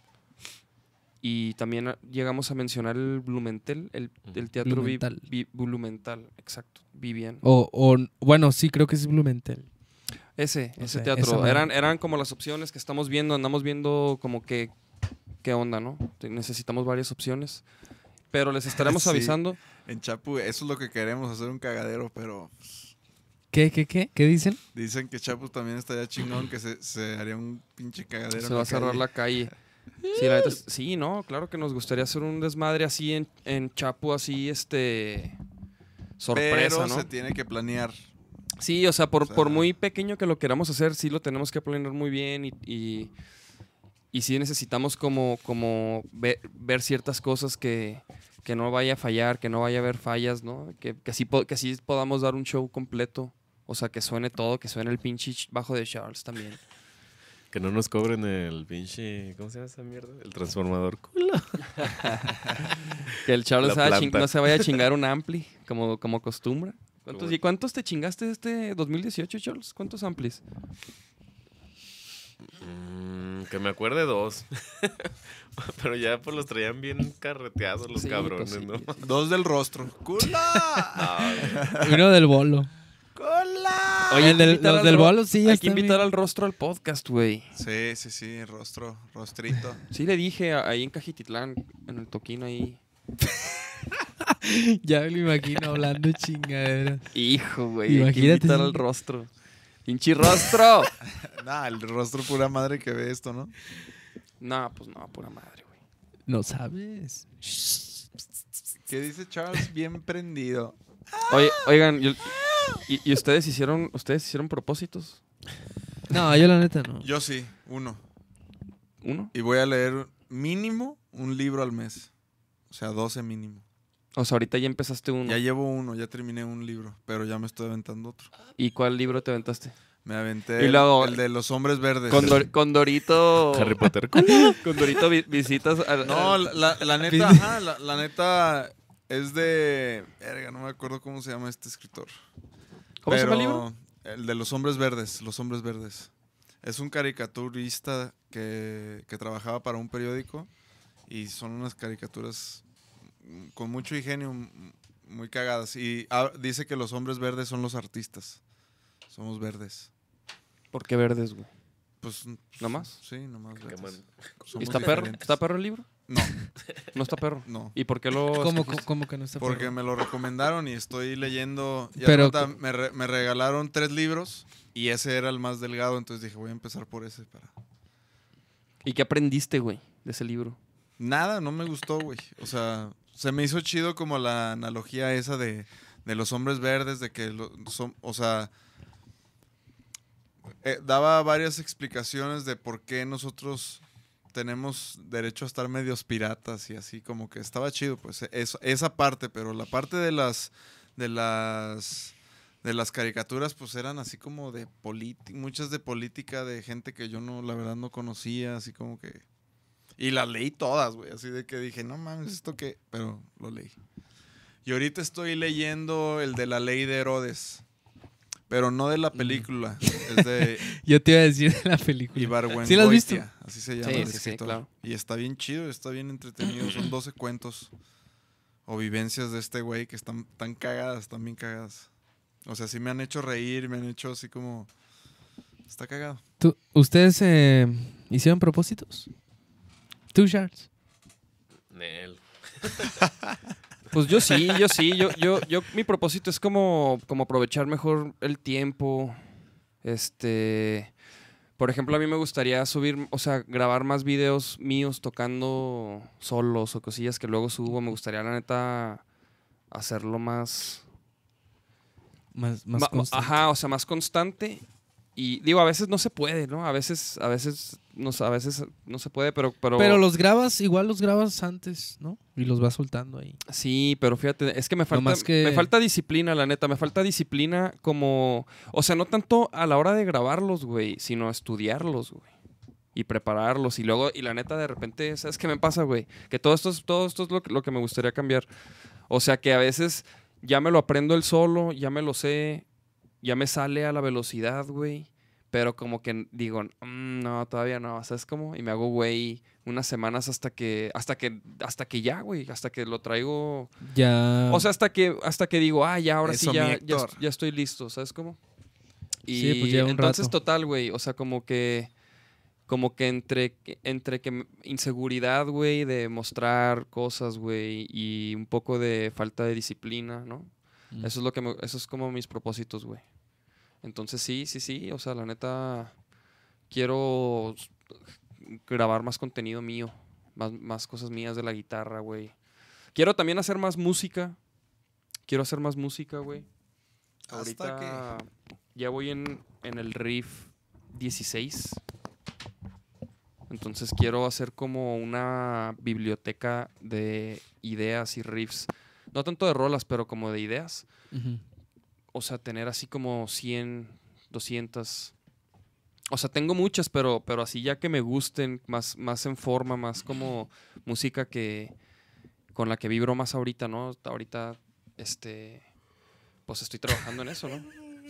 Y también ah, llegamos a mencionar el Blumenthal, el, el teatro Vi- Blumenthal. Vi- Blumenthal, exacto, Vivian. O, o, bueno, sí, creo que es Blumenthal. Ese, No ese sé, teatro. esa madre. Eran, eran como las opciones que estamos viendo. Andamos viendo como que qué onda, ¿no? Te- Necesitamos varias opciones. Pero les estaremos Sí. avisando. En Chapu, eso es lo que queremos, hacer un cagadero, pero ¿Qué, qué, qué? ¿Qué dicen? dicen que Chapu también estaría chingón, que se, se haría un pinche cagadero. Se en va la a cerrar calle. la calle. Sí, la neta es- sí, no, claro que nos gustaría hacer un desmadre así en, en Chapu, así, este... Sorpresa, Pero ¿no? se tiene que planear. Sí, o sea, por, O sea- por muy pequeño que lo queramos hacer, sí lo tenemos que planear muy bien y, y, y sí necesitamos como, como ve- ver ciertas cosas que, que no vaya a fallar, que no vaya a haber fallas, ¿no? Que, que, así, po- que así podamos dar un show completo. O sea, que suene todo, que suene el pinche ch- bajo de Charles también. Que no nos cobren el pinche. ¿Cómo se llama esa mierda? El transformador culo. Que el Charles La haga ching- planta. no se vaya a chingar un ampli, como, como acostumbra. ¿Cuántos, Como- ¿Y cuántos te chingaste este dos mil dieciocho, Charles? ¿Cuántos amplis? Mm, que me acuerde dos. Pero ya pues los traían bien carreteados los Sí, cabrones, pues sí, ¿no? sí. Dos del rostro. ¡Cula! Ah, güey. Uno del bolo. ¡Cula! Oye, hay el que del, invitar los al del ro- bolo sí ya Hay que están invitar bien. al rostro al podcast, güey. Sí, sí, sí, rostro, rostrito. Sí le dije a- ahí en Cajititlán, en el toquín ahí. Ya me lo imagino hablando chingaderas. Hijo, güey, hay que Imagínate invitar si- al rostro. ¡Pinche rostro! Nah, el rostro pura madre que ve esto, ¿no? No, pues no, pura madre, güey. No sabes. ¿Qué dice Charles? Bien prendido. Oye, oigan, yo- ¿y, y ustedes hicieron ustedes hicieron propósitos? No, yo la neta no. Yo sí, uno. ¿Uno? Y voy a leer mínimo un libro al mes. O sea, doce mínimo. O sea, ahorita ya empezaste uno. Ya llevo uno, ya terminé un libro, pero ya me estoy aventando otro. ¿Y cuál libro te aventaste? Me aventé Y el- luego- el, de los hombres verdes. Con, Dor- con Dorito... Harry Potter. Con Dorito vi- visitas... al- No, al- la, la- la neta, ajá, la, la neta es de... Verga, no me acuerdo cómo se llama este escritor. ¿Cómo se llama el Pero libro? El de los hombres verdes, los hombres verdes. Es un caricaturista que, que trabajaba para un periódico y son unas caricaturas mm, con mucho ingenio, mm, muy cagadas. Y ah, dice que los hombres verdes son los artistas. Somos verdes. ¿Por qué verdes, güey? Pues, ¿No más? Sí, nomás Que verdes. man- ¿Y Somos está perro? diferentes. ¿Está perro el libro? No, No está perro. no. ¿Y por qué lo ¿Cómo, escogiste? cómo que no está Porque perro? me lo recomendaron y estoy leyendo. Y Pero- Pero me, re- me regalaron tres libros y ese era el más delgado, entonces dije, voy a empezar por ese para. ¿Y qué aprendiste, güey, de ese libro? Nada, no me gustó, güey. O sea, se me hizo chido como la analogía esa de, de los hombres verdes, de que lo, son, o sea, eh, daba varias explicaciones de por qué nosotros tenemos derecho a estar medios piratas y así, como que estaba chido, pues eso, esa parte, pero la parte de las de las de las caricaturas pues eran así como de política, muchas de política de gente que yo no, la verdad no conocía, así como que, y las leí todas, güey, así de que dije, no mames, ¿esto qué? Pero lo leí. Y ahorita estoy leyendo el de la ley de Herodes, pero no de la película, es de Yo te iba a decir de la película. Ibargüengoitia, ¿Sí la has visto? así se llama Sí, el sí, sí, escritor. claro. Y está bien chido, está bien entretenido. Son doce cuentos o vivencias de este güey que están tan cagadas, están bien cagadas. O sea, sí me han hecho reír, me han hecho así como... Está cagado. ¿Tú- ¿Ustedes eh, hicieron propósitos? ¿Tú, Charles? Nel. Pues yo sí, yo sí, yo, yo, yo, mi propósito es como, como aprovechar mejor el tiempo. Este, por ejemplo, a mí me gustaría subir, o sea, grabar más videos míos tocando solos o cosillas que luego subo. Me gustaría, la neta, hacerlo más, Más, más ma- constante. ajá, o sea, más constante. Y digo, a veces no se puede, ¿no? A veces, a veces, no, a veces no se puede, pero, pero, Pero los grabas, igual los grabas antes, ¿no? Y los vas soltando ahí. sí, pero fíjate, es que me falta, más que- me falta disciplina, la neta. Me falta disciplina como... O sea, no tanto a la hora de grabarlos, güey, sino estudiarlos, güey. Y prepararlos. Y luego, y la neta, de repente, ¿sabes qué me pasa, güey? Que todo esto es, todo esto es lo, que- lo que me gustaría cambiar. O sea, que a veces ya me lo aprendo el solo, ya me lo sé, ya me sale a la velocidad, güey. Pero como que digo, "Mm, no, todavía no, ¿sabes cómo?" Y me hago, güey, unas semanas hasta que, hasta que, hasta que ya, güey, hasta que lo traigo. Ya. O sea, hasta que, hasta que digo, ah, ya, ahora Eso, sí, mi ya, ya, Héctor. est- ya estoy listo, ¿sabes cómo? Y Sí, pues lleva un entonces, rato. total, güey, o sea, como que, como que entre, que- entre que m- inseguridad, güey, de mostrar cosas, güey, y un poco de falta de disciplina, ¿no? Mm. Eso es lo que me- eso es como mis propósitos, güey. Entonces sí, sí, sí, o sea, la neta quiero s- grabar más contenido mío, más, más cosas mías de la guitarra, güey. Quiero también hacer más música. Quiero hacer más música, güey. ¿Hasta Ahorita ya voy en, en el riff dieciséis. Entonces quiero hacer como una biblioteca de ideas y riffs. No tanto de rolas, pero como de ideas. Ujú. O sea, tener así como cien, doscientas. O sea, tengo muchas, pero, pero así ya que me gusten, más, más en forma, más como música que con la que vibro más ahorita, ¿no? Ahorita, este, pues estoy trabajando en eso, ¿no?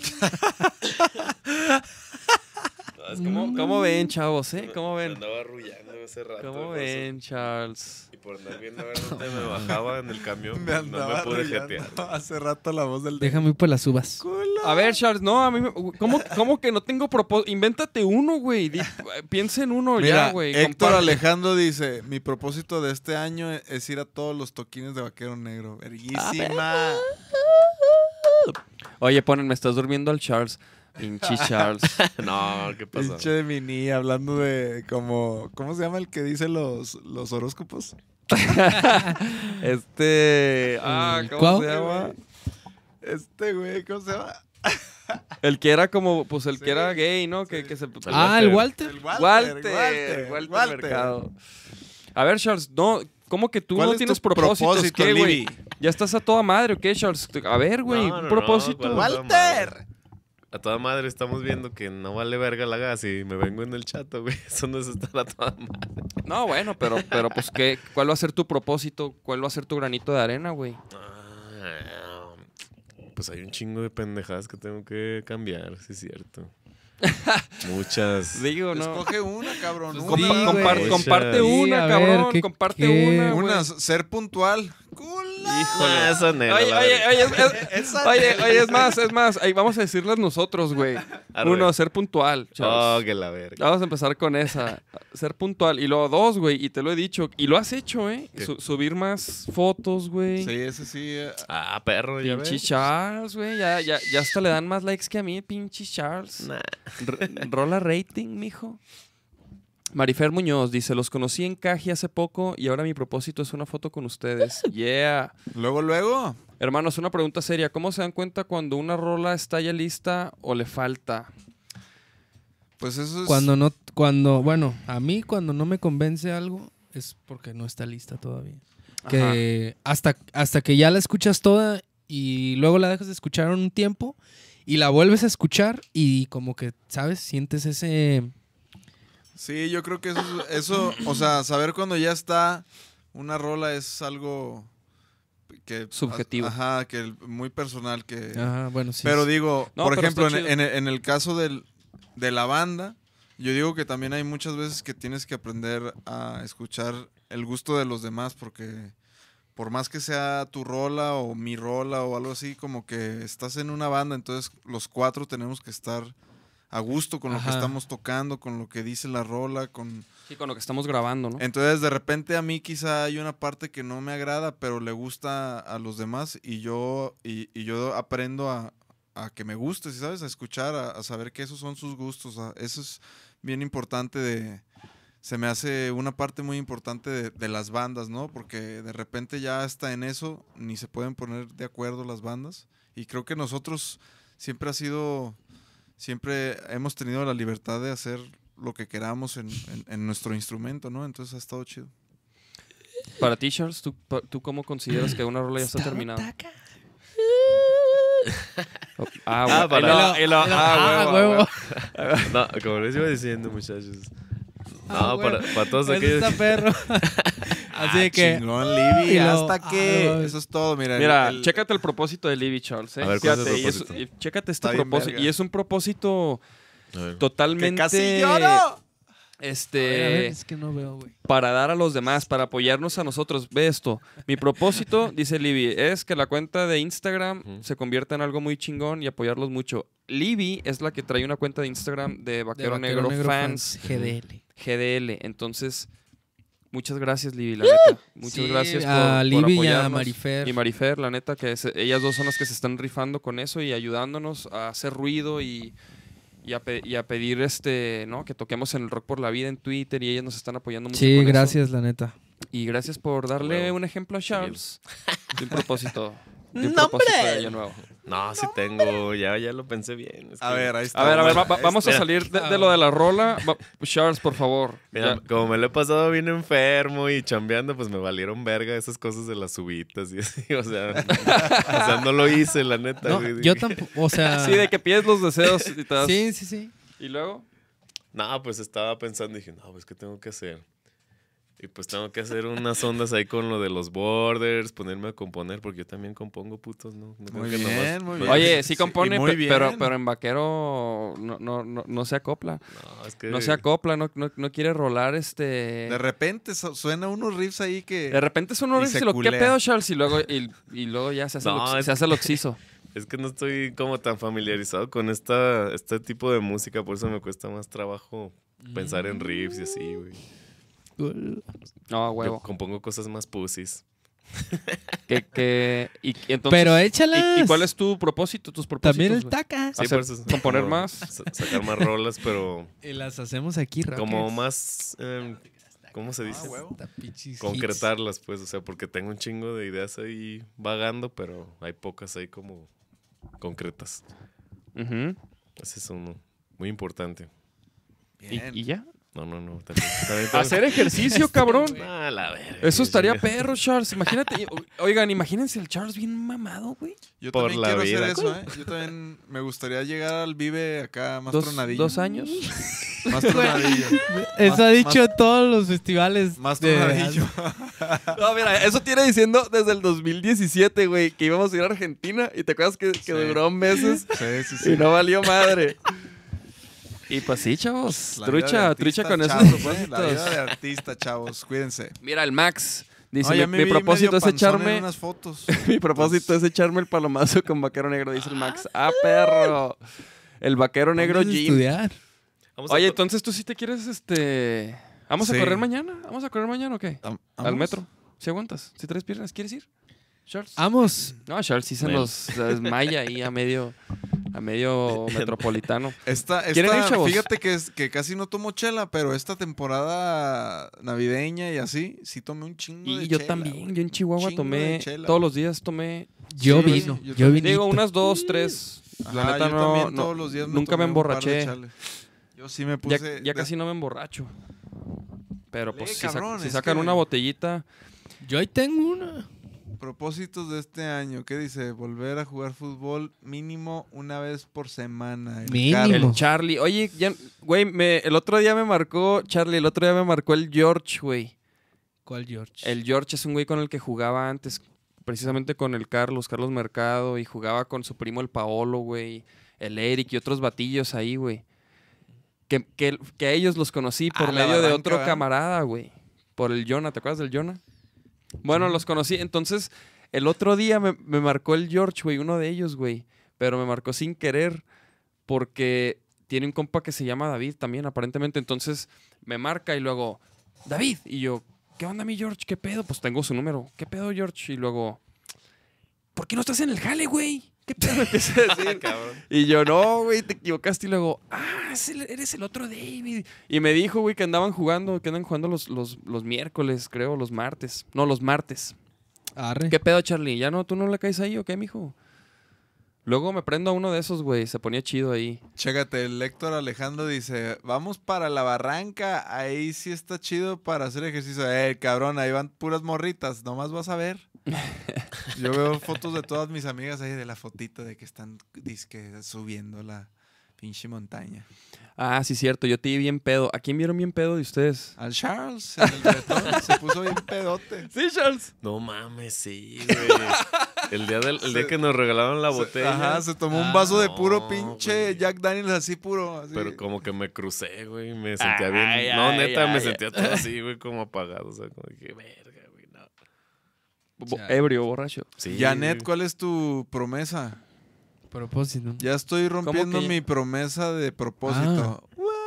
¿Cómo, cómo ven, chavos, eh? ¿Cómo Me ven? andaba arrullando hace rato. ¿Cómo por eso- ven, Charles? Y por andar viendo a ver dónde me bajaba en el camión, Me no andaba me pude arrullando jetear. hace rato la voz del... Déjame ir por las uvas. A ver, Charles, no, a mí, me- ¿cómo, cómo que no tengo propósito? Invéntate uno, güey. Di- Piensa en uno Mira, ya, güey. Héctor comparte. Alejandro dice, mi propósito de este año es ir a todos los toquines de Vaquero Negro. Verguísima. Oye, ponen, me estás durmiendo al Charles. Pinche Charles. No, ¿qué pasó? Pinche de mini, hablando de como... ¿Cómo se llama el que dice los, los horóscopos? Este. Ah, ¿El ¿cómo cuau? se llama? Este güey, ¿cómo se llama? El que era como, pues el Sí, que era gay, ¿no? Que, sí. que se. Ah, el Walter. El Walter, Walter. Walter, Walter. Mercado. A ver, Charles, no, ¿cómo que tú ¿Cuál no es tienes tu propósitos? propósito, ¿Qué, güey? Libby? Ya estás a toda madre, ¿o qué, Charles? A ver, güey, No, un no, propósito. no, ¿cuál? ¡Walter! A toda madre estamos viendo que no vale verga la gas y me vengo en el chato, güey. Eso no es estar a toda madre. No, bueno, pero, pero pues, ¿qué? ¿Cuál va a ser tu propósito? ¿Cuál va a ser tu granito de arena, güey? Ah, Pues hay un chingo de pendejadas que tengo que cambiar, sí es cierto. Muchas. Digo, no. Escoge una, cabrón. Pues una. sí, Compa- compar- güey. comparte Sí, una, a ver, cabrón. ¿qué- comparte qué? una, güey. Una, ser puntual. ¡Cula! Híjole. Ah, esa nena, Oye, la oye, verga. oye, es, es- Esa oye, nena. oye, es más, es más. Ahí vamos a decirlas nosotros, güey. Arre. Uno, ser puntual, Oh, Charles. que la verga. Vamos a empezar con esa. Ser puntual. Y luego dos, güey. Y te lo he dicho. Y lo has hecho, ¿eh? ¿Qué? Su- subir más fotos, güey. Sí, ese sí. eh, Ah, perro, ya Pinche ves. Charles, güey. Ya, ya, ya hasta le dan más likes que a mí, pinche Charles. Nah. R- rola rating, mijo. Marifer Muñoz dice, los conocí en Caji hace poco y ahora mi propósito es una foto con ustedes. Yeah. Luego, luego. Hermanos, una pregunta seria. ¿Cómo se dan cuenta cuando una rola está ya lista o le falta? Pues eso es... Cuando no, cuando, bueno, a mí cuando no me convence algo es porque no está lista todavía. Que hasta, hasta que ya la escuchas toda y luego la dejas de escuchar un tiempo y la vuelves a escuchar y como que, ¿sabes? Sientes ese... Sí, yo creo que eso, eso, o sea, saber cuando ya está una rola es algo que... Subjetivo. Ajá, que muy personal que... Ajá, bueno, sí. Pero digo, No, por pero ejemplo, en, está chido. en- en el caso del, de la banda, yo digo que también hay muchas veces que tienes que aprender a escuchar el gusto de los demás, porque por más que sea tu rola o mi rola o algo así, como que estás en una banda, entonces los cuatro tenemos que estar a gusto con lo que Ajá. estamos tocando, con lo que dice la rola, con... Sí, con lo que estamos grabando, ¿no? Entonces, de repente a mí quizá hay una parte que no me agrada, pero le gusta a los demás y yo, y, y yo aprendo a, a que me guste, ¿sí ¿sabes? A escuchar, a, a saber que esos son sus gustos. a- Eso es bien importante de... Se me hace una parte muy importante de, de las bandas, ¿no? Porque de repente ya hasta en eso ni se pueden poner de acuerdo las bandas. Y creo que nosotros siempre ha sido... Siempre hemos tenido la libertad de hacer lo que queramos en, en- en nuestro instrumento, ¿no? Entonces ha estado chido. Para ti, Charles, ¿tú, pa- ¿tú cómo consideras que una rola ya está terminada? Oh, Ah, Ah, güey. para- Y lo- y lo- ah, Ah, huevo, huevo. huevo. No, como les iba diciendo, muchachos. No, Ah, güey. para, para todos Eso aquellos... está perro. Así de que... Chingón, Libby, y lo- ¿hasta qué? ah, Eso es todo, mira. el- Mira, el- chécate el propósito de Libby, Charles. ¿eh? A ver, ¿cuál es el Fíjate, y es- propósito? y chécate este Está bien propósito. verga. Y es un propósito A ver. ¡Que totalmente... casi lloro! Este... A ver, a ver, es que no veo, güey. para dar a los demás, para apoyarnos a nosotros. Ve esto. Mi propósito, dice Libby, es que la cuenta de Instagram Ujú. se convierta en algo muy chingón y apoyarlos mucho. Libby es la que trae una cuenta de Instagram de De Vaquero, Negro, Fans G D L. G D L. Entonces, muchas gracias, Libby, la neta. Muchas Sí, gracias por, a por Libby y a apoyarnos. Marifer. Y Marifer, la neta, que se- ellas dos son las que se están rifando con eso y ayudándonos a hacer ruido y, y, a, pe- y a pedir este, ¿no? Que toquemos en el Rock por la Vida en Twitter y ellas nos están apoyando mucho. Sí, con eso. gracias, la neta. Y gracias por darle Huevo. un ejemplo a Charles de un propósito. De un ¡No, propósito hombre! de año nuevo. No, sí tengo, ya, ya lo pensé bien. es A que- ver, ahí está. A ver, a ver, va- va- Ahí vamos a Mira. salir de, de lo de la rola. Va- Charles, por favor. Mira, Ya. como me lo he pasado bien enfermo y chambeando, pues me valieron verga esas cosas de las subitas y así, o sea, o sea, no lo hice, la neta. No, güey. yo tampoco, o sea... Sí, de que pides los deseos y te das- Sí, sí, sí. Y luego. No, pues estaba pensando y dije, no, pues, ¿qué tengo que hacer? Y pues tengo que hacer unas ondas ahí con lo de los borders, ponerme a componer, porque yo también compongo putos, ¿no? No creo Muy que bien, nomás- muy no- bien. Oye, sí Sí, compone, y muy pe- bien. pero, pero en vaquero no, no, no, no se acopla. No, es que... No se acopla, no, no, no quiere rolar este. De repente su- suena unos riffs ahí que... De repente es un Y orden se y lo ¿qué culea. pedo, Charles? Y luego, y, y luego ya se hace, No, el, es- se hace el oxiso. Es que no estoy como tan familiarizado con esta, este tipo de música, por eso me cuesta más trabajo pensar en riffs y así, güey. No, Yo huevo. compongo cosas más pussies. Que, que, y, y entonces, Pero échalas. ¿y, y cuál es tu propósito, tus propósitos? También el güey? taca. Sí, Hacer- por eso- componer como más. sa- Sacar más rolas, pero Y las hacemos aquí, Rockers. como más... em, ¿Cómo se dice? Ah, huevo. Esta pinches hits. Concretarlas, pues, o sea, porque tengo un chingo de ideas ahí vagando, pero hay pocas ahí como concretas. Ujú. Ese es uno muy importante. Bien. ¿Y, y ya? No, no, no. También, también tengo- Hacer ejercicio, cabrón. Ah, la verga. Eso güey, estaría chinga. perro, Charles. Imagínate. o- Oigan, imagínense el Charles bien mamado, güey. Yo por también la quiero vida. hacer eso, ¿eh? Yo también me gustaría llegar al Vive acá más Dos, tronadillo. dos años. Más tronadillo. Eso Más- ha dicho más- en todos los festivales. Más de- tronadillo. No, mira, eso tiene diciendo desde el dos mil diecisiete, güey, que íbamos a ir a Argentina y te acuerdas que, que Sí. duró meses Sí, sí, sí. y no valió madre. Y pues sí, chavos. La vida trucha, de trucha artista, con esos chavos, ¿eh? propósitos. La vida de artista, chavos. Cuídense. Mira, el Max dice, No, ya mi, me mi vi propósito medio es panzón en echarme... unas fotos. Mi propósito es echarme el palomazo con Vaquero Negro, dice el Max. ¡Ah, perro! El Vaquero Negro Vamos a Jim. estudiar. Vamos a Oye, to- entonces tú sí te quieres, este... ¿Vamos a Sí. correr mañana? ¿Vamos a correr mañana o qué? Am- Al ¿vamos? metro. ¿Si aguantas? ¿Si traes piernas? ¿Quieres ir? Charles. Vamos. No, Charles sí se Bueno. nos desmaya ahí a medio, a a medio metropolitano. Esta, ¿Quieren ir, esta chavos? fíjate que, es, que casi no tomo chela, pero esta temporada navideña y así, sí tomé un chingo de Y yo chela, también, güey. yo en Chihuahua Chingo tomé, de chela, todos güey. los días tomé, Yo Sí, vino, yo yo también. vinito. digo, unas dos, tres. La Ajá, neta yo no, también no- todos los días me nunca me tomé un par de emborraché. chales. Yo sí me Ya, puse... ya de- casi no me emborracho. Pero pues Lee, si, sac- cabrón, si es sacan que- una botellita, Yo ahí tengo una. Propósitos de este año, ¿qué dice? Volver a jugar fútbol mínimo una vez por semana. El Mínimo. Carlos. el Charlie. Oye, ya, güey, me, el otro día me marcó, Charlie, el otro día me marcó el George, güey. ¿Cuál George? El George es un güey con el que jugaba antes, precisamente con el Carlos, Carlos Mercado, y jugaba con su primo el Paolo, güey, el Eric y otros batillos ahí, güey. Que, que, que a ellos los conocí por Ah, la medio de barranca, otro ¿verdad? camarada, güey. Por el Jonah, ¿te acuerdas del Jonah? Bueno, los conocí. Entonces, el otro día me, me marcó el George, güey, uno de ellos, güey. Pero me marcó sin querer porque tiene un compa que se llama David también, aparentemente. Entonces, me marca y luego, David. Y yo, ¿qué onda, mi George? ¿Qué pedo? Pues tengo su número. ¿Qué pedo, George? Y luego, ¿por qué no estás en el jale, güey? ¿Qué pedo? Me empieza a decir. Cabrón. Y yo, no, güey, te equivocaste. Y luego, ah, es el- eres el otro David. Y me dijo, güey, que andaban jugando, que andan jugando los, los, los miércoles, creo, los martes. No, los martes. Arre. ¿Qué pedo, Charlie? ¿Ya no, tú no le caes ahí o qué, mijo? Luego me prendo a uno de esos, güey. Se ponía chido ahí. Chécate, el Héctor Alejandro dice, vamos para la barranca, ahí sí está chido para hacer ejercicio. Eh, cabrón, ahí van puras morritas, nomás vas a ver. Yo veo fotos de todas mis amigas ahí de la fotito de que están disque subiendo la pinche montaña. Ah, sí, cierto. Yo te vi bien pedo. ¿A quién vieron bien pedo de ustedes? Al Charles, en el retón, se puso bien pedote. Sí, Charles. No mames, sí, güey. El día, del, el día que nos regalaron la Se- botella. Ajá, se tomó un Ah, vaso de no, puro pinche güey. Jack Daniels así puro. Así. Pero como que me crucé, güey. Me sentía bien. Ay, No, ay, neta, ay, me ay. sentía todo así, güey, como apagado. O sea, como que verga, güey. No. Bo- Ya. Ebrio, borracho. Sí, Janet, güey. ¿cuál es tu promesa? Propósito. Ya estoy rompiendo que ya? mi promesa de propósito.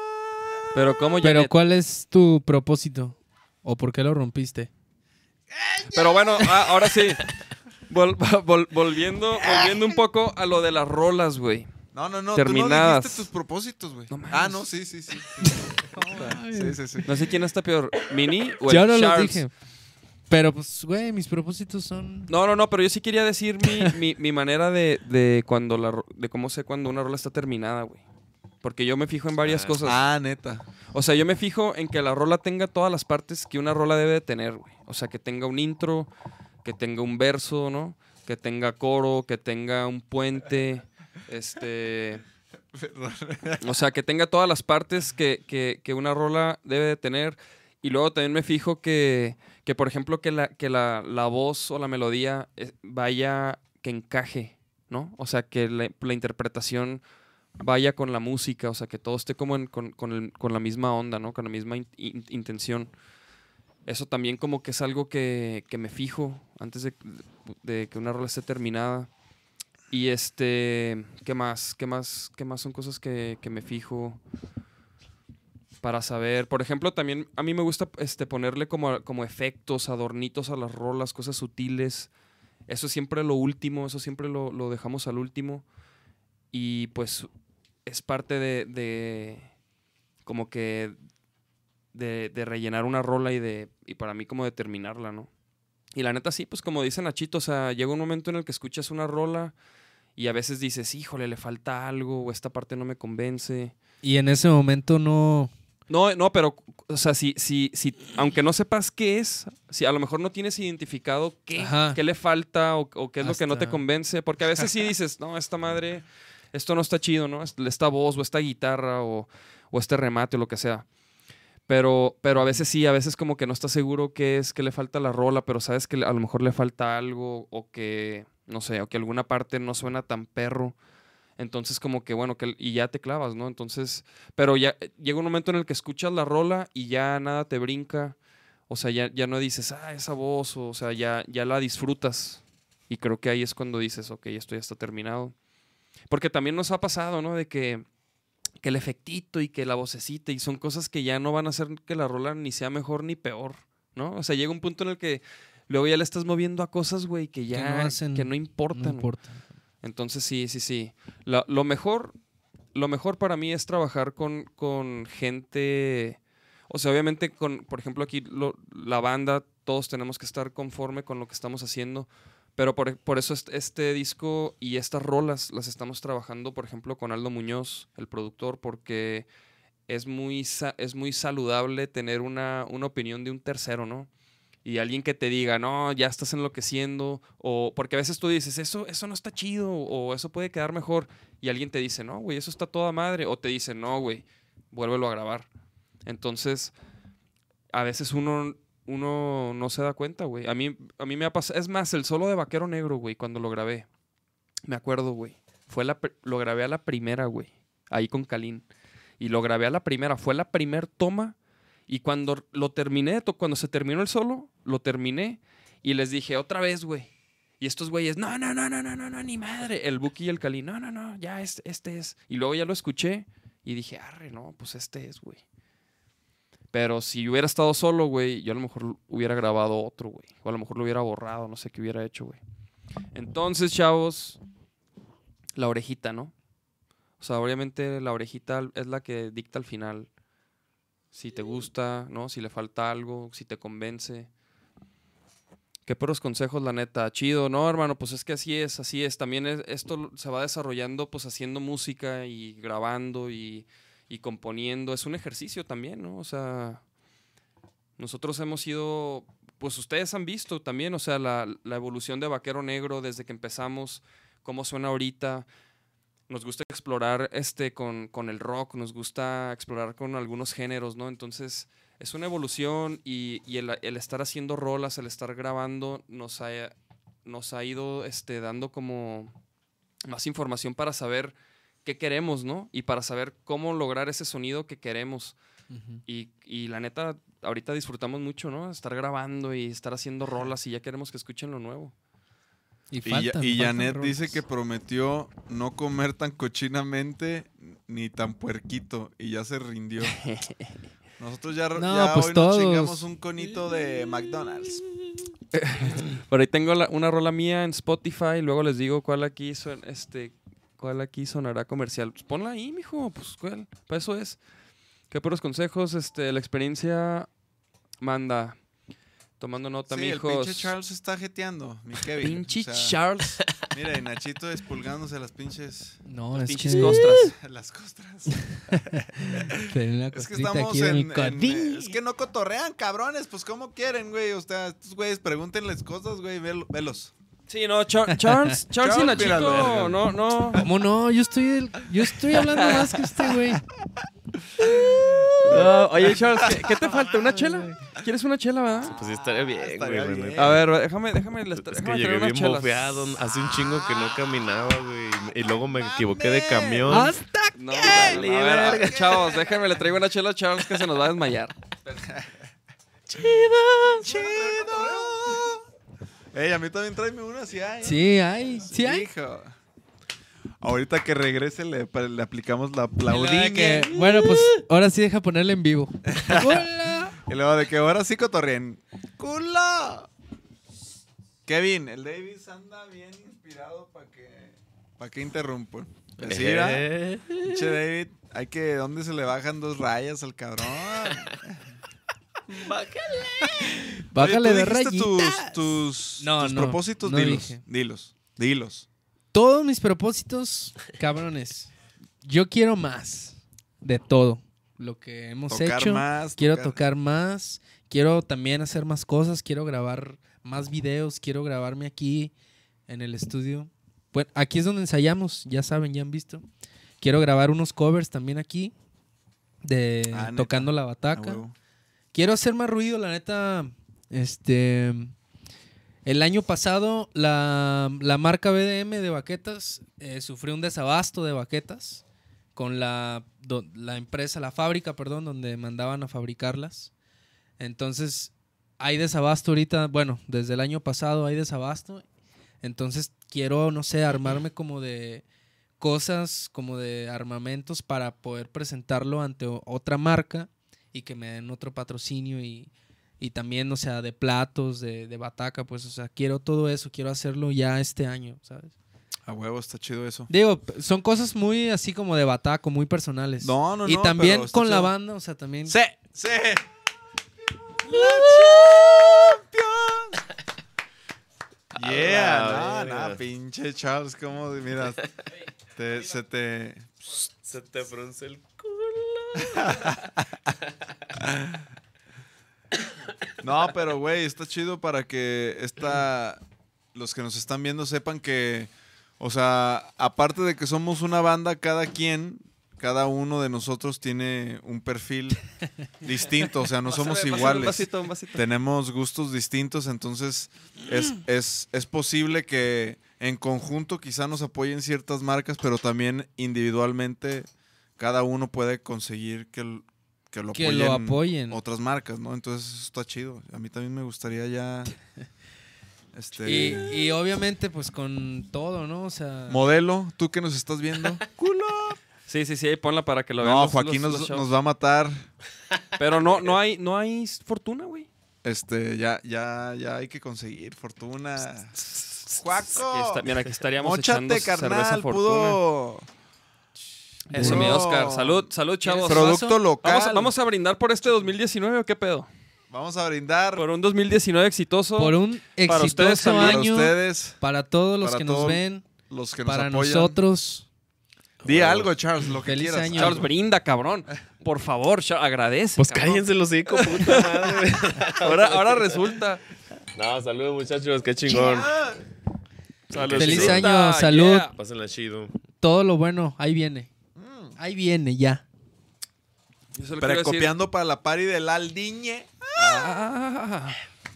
Pero ¿cómo, Pero Janet? ¿cuál es tu propósito? ¿O por qué lo rompiste? Pero bueno, ah, ahora sí. Vol- vol- volviendo, volviendo un poco a lo de las rolas, güey. No, no, no. Terminadas. Tú no dijiste tus propósitos, güey. No mames. ah, no, sí, sí, sí. sí, sí, sí. No sé quién está peor, Mini o el Yo no lo Charles. dije. Pero pues, güey, mis propósitos son... No, no, no, pero yo sí quería decir mi, mi, mi manera de, de cuando la ro- de cómo sé cuando una rola está terminada, güey. Porque yo me fijo en varias Ah. cosas. Ah, neta. O sea, yo me fijo en que la rola tenga todas las partes que una rola debe de tener, güey. O sea, que tenga un intro, que tenga un verso, ¿no? Que tenga coro, que tenga un puente, este... O sea, que tenga todas las partes que, que, que una rola debe de tener. Y luego también me fijo que, que por ejemplo, que la, que la, la voz o la melodía eh, vaya, que encaje, ¿no? O sea, que la, la interpretación vaya con la música, o sea, que todo esté como en- con, con el- con la misma onda, ¿no? Con la misma in- in- intención. Eso también como que es algo que, que me fijo antes de, de que una rola esté terminada. Y este, ¿qué más? ¿Qué más? ¿Qué más son cosas que, que me fijo para saber? Por ejemplo, también a mí me gusta este, ponerle como, como efectos, adornitos a las rolas, cosas sutiles. Eso es siempre lo último, eso siempre lo, lo dejamos al último. Y pues es parte de, de como que de, de rellenar una rola y de y para mí como de terminarla, ¿no? Y la neta sí, pues como dice Nachito, o sea, llega un momento en el que escuchas una rola y a veces dices, híjole, le falta algo o esta parte no me convence. Y en ese momento no... No, no, pero, o sea, si, si, si, aunque no sepas qué es, si a lo mejor no tienes identificado qué, Ajá. qué le falta o, o qué es lo que no te Hasta- convence, porque a veces sí dices, no, esta madre, esto no está chido, ¿no? Es- Esta voz o esta guitarra o, o este remate o lo que sea. Pero, pero a veces sí, a veces como que no estás seguro qué es, qué le falta a la rola, pero sabes que le- a lo mejor le falta algo o que, no sé, o que alguna parte no suena tan perro. Entonces como que bueno, que, y ya te clavas, ¿no? Entonces, pero ya eh, llega un momento en el que escuchas la rola y ya nada te brinca. O sea, ya, ya no dices, ah, esa voz, o sea, ya, ya la disfrutas. Y creo que ahí es cuando dices, ok, esto ya está terminado. Porque también nos ha pasado, ¿no? De que, que el efectito y que la vocecita y son cosas que ya no van a hacer que la rola ni sea mejor ni peor, ¿no? O sea, llega un punto en el que luego ya le estás moviendo a cosas, güey, que ya no hacen- que no importan. No güey. importa. Entonces sí, sí, sí. La- lo mejor, lo mejor para mí es trabajar con, con gente, o sea, obviamente con, por ejemplo, aquí lo- la banda, todos tenemos que estar conforme con lo que estamos haciendo, pero por, por eso este, este disco y estas rolas las estamos trabajando, por ejemplo, con Aldo Muñoz, el productor, porque es muy, sa- es muy saludable tener una, una opinión de un tercero, ¿no? Y alguien que te diga, no, ya estás enloqueciendo, o porque a veces tú dices, eso, eso no está chido, o eso puede quedar mejor, y alguien te dice, no, güey, eso está toda madre, o te dice, no, güey, vuélvelo a grabar. Entonces, a veces uno, uno no se da cuenta, güey. A mí, a mí me ha pasado, es más, el solo de Vaquero Negro, güey, cuando lo grabé, me acuerdo, güey, fue la, pr- lo grabé a la primera, güey, ahí con Kalin, y lo grabé a la primera, fue la primer toma. Y cuando lo terminé, to- cuando se terminó el solo, lo terminé y les dije otra vez, güey. Y estos güeyes, no, no, no, no, no, no, no, ni madre. El Buki y el Cali, no, no, no, ya este, este es. Y luego ya lo escuché y dije, arre, no, pues este es, güey. Pero si hubiera estado solo, güey, yo a lo mejor hubiera grabado otro, güey. O a lo mejor lo hubiera borrado, no sé qué hubiera hecho, güey. Entonces, chavos, la orejita, ¿no? O sea, obviamente la orejita es la que dicta al final. Si te gusta, ¿no? Si le falta algo, si te convence. Qué puros consejos, la neta. Chido, ¿no, hermano? Pues es que así es, así es. También es- esto se va desarrollando pues haciendo música y grabando y, y componiendo. Es un ejercicio también, ¿no? O sea, nosotros hemos ido, pues ustedes han visto también, o sea, la, la evolución de Vaquero Negro desde que empezamos, cómo suena ahorita. Nos gusta explorar este con, con el rock, nos gusta explorar con algunos géneros, ¿no? Entonces, es una evolución y, y el, el estar haciendo rolas, el estar grabando, nos ha, nos ha ido este, dando como más información para saber qué queremos, ¿no? Y para saber cómo lograr ese sonido que queremos. Ujú. Y, y la neta, ahorita disfrutamos mucho, ¿no? Estar grabando y estar haciendo rolas y ya queremos que escuchen lo nuevo. Y Y, faltan, y faltan Janet rolas. dice que prometió no comer tan cochinamente ni tan puerquito y ya se rindió. Nosotros ya, No, ya pues hoy todos. nos chingamos un conito de McDonald's. Por ahí tengo la- una rola mía en Spotify y luego les digo cuál aquí, suen- este, cuál aquí sonará comercial. Pues ponla ahí, mijo, pues cuál, para eso es. Qué puros consejos, este, la experiencia manda. Tomando nota, Sí, el mijos. pinche Charles está jeteando, mi Kevin. Pinche O sea, Charles. Mira, y Nachito despulgándose las pinches... No, Las es pinches que costras. Las costras. tenía una Es que costrita estamos aquí en, el codín. en- Es que no cotorrean, cabrones. Pues, ¿cómo quieren, güey? O sea, estos güeyes, pregúntenles cosas, güey. velo- Velos. Sí, no, Char- Charles, Charles y Charles, Nachito, míralo. no, no. ¿Cómo no? Yo estoy, el- yo estoy hablando más que este güey. No, oye, Charles, ¿qué, qué te falta? ¿Una chela? ¿Quieres una chela, verdad? Pues sí estaría bien, güey. estaría la bien. neta. A ver, déjame, déjame, les- Es que déjame llegué traer unas bien chelas. bofeado, hace un chingo que no caminaba, güey. y- Y luego me equivoqué de camión. ¡Hasta No, a ver, a ver, chavos, déjenme, le traigo una chela a Charles que se nos va a desmayar. Ey, a mí también tráeme una, si hay. ¿eh? Sí, hay. Sí, hay. Hijo. Ahorita que regrese le, pa- le aplicamos la Y luego de aplaudín. que, bueno, pues ahora sí deja ponerle en vivo. ¡Hola! Y luego de que ahora sí cotorreen. ¡Culo! Kevin, el Davis anda bien inspirado para que... ¿Para que interrumpo? Sí, ¿verdad? Eh, Pinche David, hay que... ¿Dónde se le bajan dos rayas al cabrón? Bájale Oye, de ¿tú dijiste rayitas. tus, tus, No, tus no, propósitos? no dilos, dije. dilos, dilos. Todos mis propósitos, cabrones. Yo quiero más de todo lo que hemos Tocar hecho. más. Quiero tocar más. Quiero también hacer más cosas. Quiero grabar más videos. Quiero grabarme aquí en el estudio. Bueno, aquí es donde ensayamos. Ya saben, ya han visto. Quiero grabar unos covers también aquí. De Ah, ¿neta? tocando la A bataca. huevo. Quiero hacer más ruido, la neta. Este. El año pasado, la, la marca B D M de baquetas eh, sufrió un desabasto de baquetas con la, do- la empresa, la fábrica, perdón, donde mandaban a fabricarlas. Entonces, hay desabasto ahorita. Bueno, desde el año pasado hay desabasto. Entonces, quiero, no sé, armarme como de cosas, como de armamentos para poder presentarlo ante o- otra marca y que me den otro patrocinio y, y también, o sea, de platos, de, de bataca, pues, o sea, quiero todo eso, quiero hacerlo ya este año, ¿sabes? A A huevo, está chido eso. Digo, son cosas muy así como de bataco, muy personales. No, no, y no, también pero está con la chido. banda, o sea, también... ¡Sí! ¡Sí! ¡La Champions! Yeah, Ah, no, verga. no, pinche Charles, cómo, mira, te- se te... Se te frunce el culo. No, pero güey, está chido para que esta, los que nos están viendo sepan que, o sea, aparte de que somos una banda, cada quien, cada uno de nosotros tiene un perfil distinto, o sea, no somos Pásale, pásale iguales. Un vasito, un vasito. Tenemos gustos distintos, entonces es, es, es posible que en conjunto quizá nos apoyen ciertas marcas, pero también individualmente cada uno puede conseguir que, l- que lo Que apoyen, lo apoyen. otras marcas, ¿no? Entonces eso está chido. A mí también me gustaría ya... Este, Y, y obviamente, pues con todo, ¿no? O sea... modelo, tú que nos estás viendo. ¡Culo! Sí, sí, sí, ahí ponla para que lo vean. No, los- Joaquín los- nos, los chavos. nos va a matar. Pero no, no hay, no hay fortuna, güey. Este, ya, ya, ya hay que conseguir fortuna. Aquí ¡Juaco! está- mira, aquí estaríamos echando Móchate, cerveza carnal, fortuna. pudo. Eso, mi Bro. Oscar. Salud, salud, chavos. Producto vaso? local. Vamos a, vamos a brindar por este dos mil diecinueve o qué pedo. Vamos a brindar Por un dos mil diecinueve exitoso. Por un Para ustedes exitoso también. para año ustedes, para todos los para que todo- nos ven, los que nos para apoyan. nosotros. Di algo, Charles, lo que Feliz quieras. año. Charles, brinda, cabrón. Por favor, Charles, agradece. Pues cabrón. cállense los hocico, puta madre. Ahora, ahora resulta. No, saludos muchachos, qué chingón. Salud. Feliz Saludcita, año, salud. yeah. Pásenla chido. Todo lo bueno, ahí viene. Ahí viene ya. Yo solo quiero decir- Precopiando para la party del Aldiñe. Ah,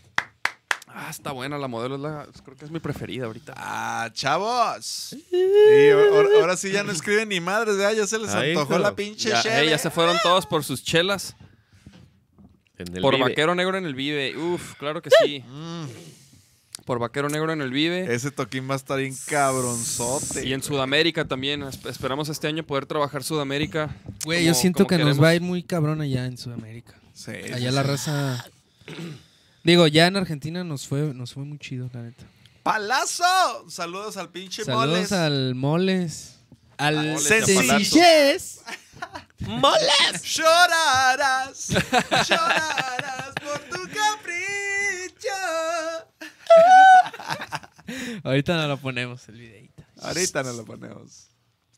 ah, está buena la modelo. Es la, creo que es mi preferida ahorita. Ah, chavos. Y ahora, ahora sí ya no escriben ni madres, ¿verdad? Ya se les Ahí, antojó pero la pinche Ya, cheve. eh, ya se fueron todos por sus chelas. En el Por Vive. Vaquero Negro en el Vive. Uf, claro que sí. Mm, Por Vaquero Negro en el Vive. ese toquín va a estar bien cabronzote. Y en Sudamérica también. Esp- Esperamos este año poder trabajar Sudamérica. Güey, como- yo siento como que nos queremos. va a ir muy cabrón allá en Sudamérica. Sí, Allá sí, la sí. raza... Digo, ya en Argentina nos fue, nos fue muy chido, la neta. ¡Palazo! Saludos al pinche Saludos Moles. al Moles. Al Moles y a Sencillez. ¡Moles! Llorarás, llorarás por tu capricho. Ahorita nos lo ponemos el videito. Ahorita nos lo ponemos.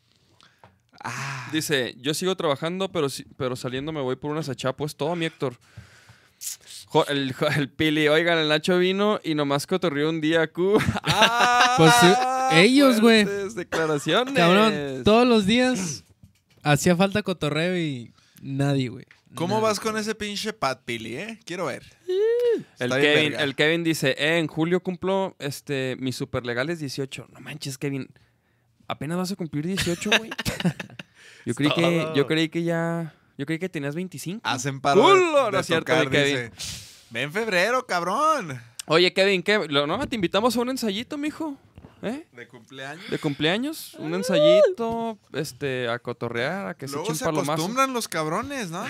Dice, yo sigo trabajando, pero, si- pero saliendo me voy por unas achapos. Todo, mi Héctor. Jo- el, jo- el Pili, oigan, el Nacho vino y nomás cotorrió un día, Q. ¡Ah! Pues, eh, ellos, güey. fuertes declaraciones. Cabrón, todos los días hacía falta cotorreo y nadie, güey. ¿Cómo Nadie. vas con ese pinche Pat Pili, eh? Quiero ver. El Está bien Kevin, verga. el Kevin dice, eh, en julio cumplo este, mis super legales dieciocho. No manches, Kevin. Apenas vas a cumplir dieciocho, güey. Yo creí que, todo. yo creí que ya, yo creí que tenías veinticinco. Hacen paro de, Culo, de no es cierto, tocar, mi Kevin. dice. Ve en febrero, cabrón. Oye, Kevin, ¿qué? Lo- No, te invitamos a un ensayito, mijo. ¿Eh? De cumpleaños. De cumpleaños, un ensayito, este, a cotorrear, a que Luego se se echen palomazo. acostumbran los cabrones, ¿no?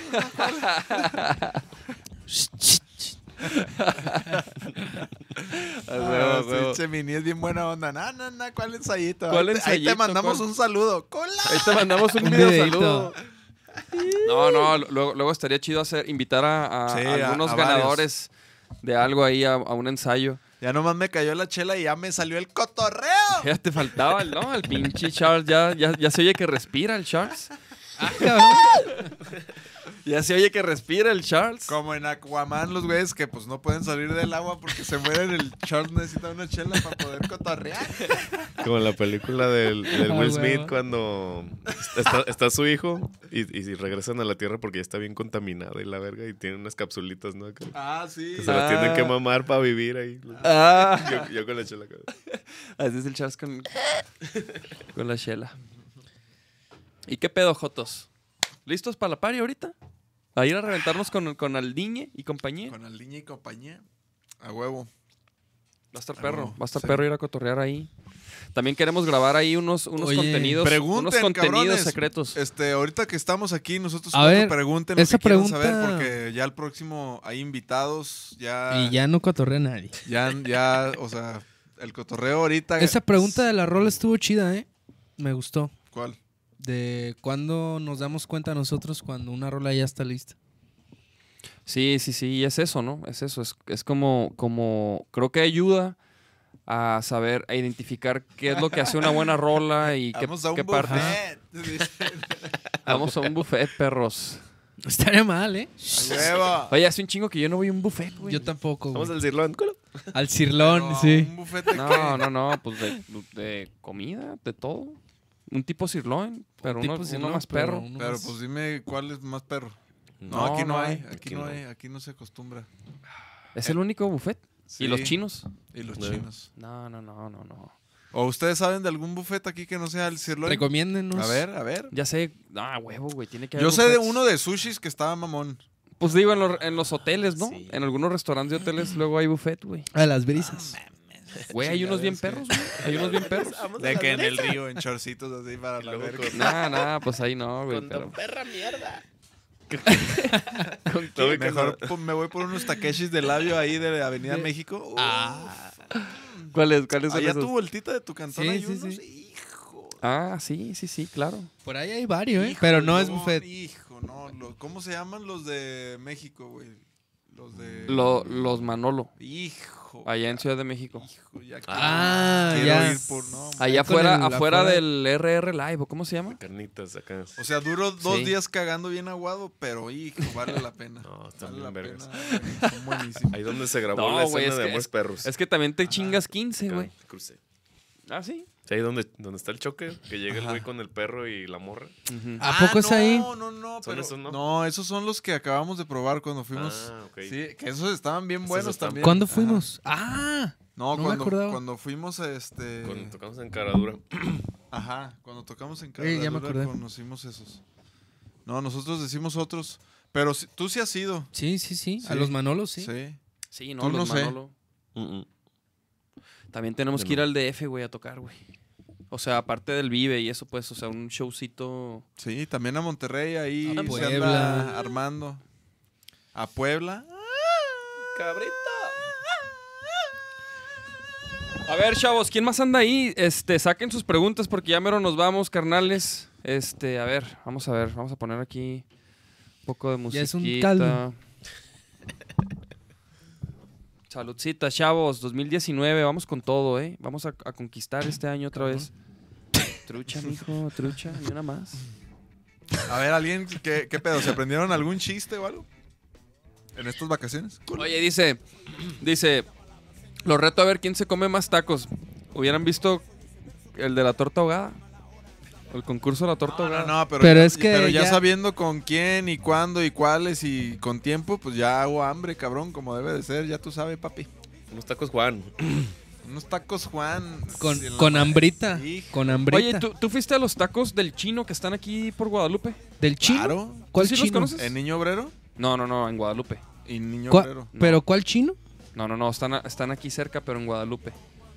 Ah, huevo, huevo. pinche Mini es bien buena onda. No, no, no, ¿cuál ensayito? ¿Cuál Ahí te- Ahí ensayito? te mandamos ¿Cuál? un saludo. ¡Cola! Ahí te mandamos un Un video videíto. saludo. No, no, luego, luego estaría chido hacer, invitar a, a Sí, a- algunos a varios. ganadores de algo ahí a, a un ensayo. Ya nomás me cayó la chela y ya me salió el cotorreo. Ya te faltaba, ¿no? El pinche Charles, ya, ya, ya se oye que respira el Charles. Ah, cabrón. Ya se oye que respira el Charles. Como en Aquaman, los güeyes que pues no pueden salir del agua porque se mueren. El Charles necesita una chela para poder cotorrear. Como en la película del, del Ah, Will huevo. Smith cuando está, está su hijo y, y regresan a la Tierra porque ya está bien contaminada y la verga y tienen unas capsulitas, ¿no? Que, Ah, sí. que se las tienen que mamar para vivir ahí. Ah, Yo, yo con la chela. cabrón. así es el Charles con, con la chela. ¿Y qué pedo, Jotos? ¿Listos para la party ahorita? ¿A ir a reventarnos con, con Aldiñe y compañía? Con Aldiña y compañía. A huevo. Va a estar Ah, perro, no, va a estar sí. perro ir a cotorrear ahí. También queremos grabar ahí unos, unos Oye, contenidos, Pregunten, unos contenidos cabrones. secretos. Este, ahorita que estamos aquí, nosotros A cuatro, ver, pregunten lo esa que quieran pregunta- saber porque ya el próximo hay invitados, ya, Y ya no cotorrea nadie. ya, ya, o sea, el cotorreo ahorita. Esa pregunta de la rola estuvo chida, ¿eh? Me gustó. ¿Cuál? De cuándo nos damos cuenta nosotros cuando una rola ya está lista. Sí, sí, sí, y es eso, ¿no? Es eso, es, es como, como, creo que ayuda a saber, a identificar qué es lo que hace una buena rola y qué, Vamos a un qué parte. buffet. Vamos a un buffet, perros. No estaría mal, ¿eh? ¡A huevo! Oye, hace un chingo que yo no voy a un buffet, güey. Yo tampoco, Vamos güey. al cirlón. culo. Al cirlón, Pero, sí. ¿Un buffet de No, qué? no, no, pues de, de comida, de todo. Un tipo sirloin, pero Tipo uno, cirlón, uno más pero perro. uno Pero más- pues dime cuál es más perro. No, No, aquí no, no hay, hay. aquí, Aquí no no. hay, aquí no se acostumbra. Es el único buffet. Sí, ¿Y los chinos? Y los Sí. chinos. No, no, no, no, no. ¿O ustedes saben de algún buffet aquí que no sea el sirloin? Recomiéndenos. A ver, a ver. Ya sé, ah, huevo, güey, tiene que haber Yo sé de buffets. uno de sushis que estaba mamón. Pues digo, en los, en los hoteles, ¿no? Sí. En algunos restaurantes de hoteles luego hay buffet, güey. A las brisas. Güey, hay unos bien perros, güey. Hay unos bien perros. De que en el río, en chorcitos así para la luego verga. con- Nah, nah, pues ahí no, güey. Con Pero... tu perra mierda. ¿Con No, Mejor po- me voy por unos Takeshis de labio ahí de Avenida México. Uf. ¿Cuáles, cuáles son Allá esos? tu vueltita de tu cantón Sí, hay sí, unos. sí. Hijo. Ah, sí, sí, sí, claro. Por ahí hay varios, ¿eh? Hijo, Pero no y es luego, buffet. Hijo, no. lo- ¿Cómo se llaman los de México, güey? Los de. Lo- los Manolo, Hijo. allá en Ciudad de México. Hijo, ya quiero, Ah, quiero ya. ir por. No, Allá con afuera, el- afuera afuera- del R R Live, ¿o cómo se llama? Carnitas acá. O sea, duro dos Sí. días cagando bien aguado, pero hijo, vale la pena. No, están Vale la bien vergas. pena. Son buenísimos. Ahí donde se grabó No, la güey, escena es de que- Amores Perros. Es que también te chingas quince, Acá, güey. crucé. Ah, sí. Sí, ahí donde, donde está el choque, que llega el Ajá. güey con el perro y la morra. Ujú. ¿A poco es ahí? No, no, no. ¿Son Pero, esos, no? no, esos son los que acabamos de probar cuando fuimos. Ah, ok. Sí, que esos estaban bien Esos buenos están- también. ¿Cuándo Ajá. fuimos? Ah, No, No me cuando, acordaba. cuando fuimos a este. Cuando tocamos en Caradura. Ajá, cuando tocamos en Eh, ya me Caradura acordé. conocimos esos. No, nosotros decimos otros. Pero sí- tú sí has ido. sí, sí, sí. A Sí. los Manolos, sí. Sí. Sí, no, Tú los no sé. Manolo. Mm, mm. También tenemos Yo que ir no. al D F, güey, a tocar, güey. O sea, aparte del Vive y eso, pues, o sea, un showcito. Sí, también a Monterrey ahí A se Puebla. anda armando. A Puebla. Cabrito. A ver, chavos, ¿quién más anda ahí? Este, saquen sus preguntas porque ya mero nos vamos, carnales. Este, a ver, vamos a ver, vamos a poner aquí un poco de musiquita. Ya es un caldo. Saludcita, chavos, dos mil diecinueve, vamos con todo, ¿eh? Vamos a, a conquistar este año otra vez. Trucha, mijo, trucha, ni una más. A ver, ¿alguien qué, qué pedo? ¿Se aprendieron algún chiste o algo? ¿En estas vacaciones? Oye, dice, dice, lo reto a ver quién se come más tacos. ¿Hubieran visto el de la torta ahogada? El concurso de la torta No, ahogada. no, no, pero, Pero ya, es que pero ya, ya- sabiendo con quién y cuándo y cuáles y con tiempo, pues ya hago hambre, cabrón, como debe de ser, ya tú sabes, papi. Unos tacos Juan. Unos tacos Juan. Con, sí, en la con madre. hambrita. Hijo. Con hambrita. Oye, ¿tú, ¿tú fuiste a los tacos del chino que están aquí por Guadalupe? ¿Del chino? Claro. ¿Cuál ¿Tú sí los chino? conoces? ¿En Niño Obrero? No, no, no, en Guadalupe. Y Niño ¿Cuál- Obrero. No. ¿Pero cuál chino? No, no, no, están, a- están aquí cerca, pero en Guadalupe.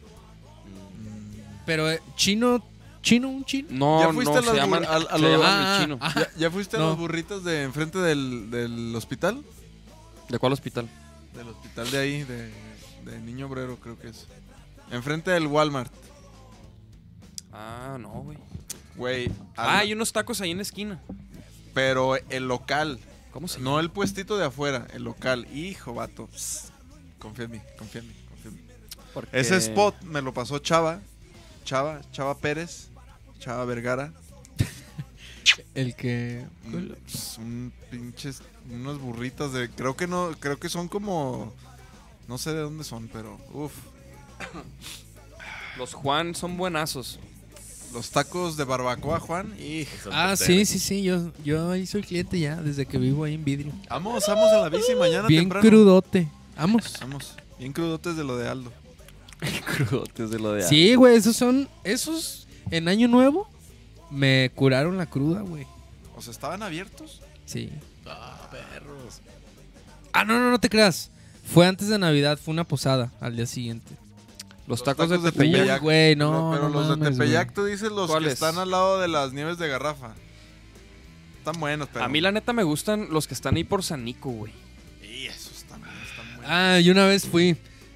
Pero eh, chino, chino, un chino. No, ¿Ya fuiste no, a las se llaman, bur- a- a se los- llaman Ah, el chino. ah. ¿Ya, ya fuiste a No. los burritos de enfrente del, del hospital? ¿De cuál hospital? Del hospital de ahí, de, de Niño Obrero, creo que es. Enfrente del Walmart. Ah, no, güey. Güey. Ah, al- hay unos tacos ahí en la esquina. Pero el local. ¿Cómo se No el puestito de afuera, el local. Hijo, vato. Psst. Confía en mí, confía en mí, confía en mí. Porque- Ese spot me lo pasó Chava. Chava, Chava Pérez. Chava Vergara. El que... Un, pss, un pinches. Unas burritas de. Creo que no. Creo que son como. No sé de dónde son, pero. Uf. Los Juan son buenazos. Los tacos de barbacoa, Juan. Y. Ah, sí, sí, sí. Yo, yo ahí soy cliente ya, desde que vivo ahí en Vidrio. Vamos, vamos a la bici mañana Bien temprano. crudote. Vamos. Vamos. Bien crudotes de lo de Aldo. Crudotes de lo de Sí, güey, esos son... Esos en Año Nuevo me curaron la cruda, güey. O sea, ¿estaban abiertos? Sí. Ah, perros. Ah, no, no, no te creas. Fue antes de Navidad, fue una posada al día siguiente. Los Los tacos, tacos de de Tepeyac. Tepeyac. Güey, no, Pero no los de mames, Tepeyac, güey. tú dices los que ¿Cuáles? están al lado de las nieves de Garrafa. Están buenos, pero. A mí la neta me gustan los que están ahí por San Nico, güey. Y esos también están buenos. Ah, y una vez fui.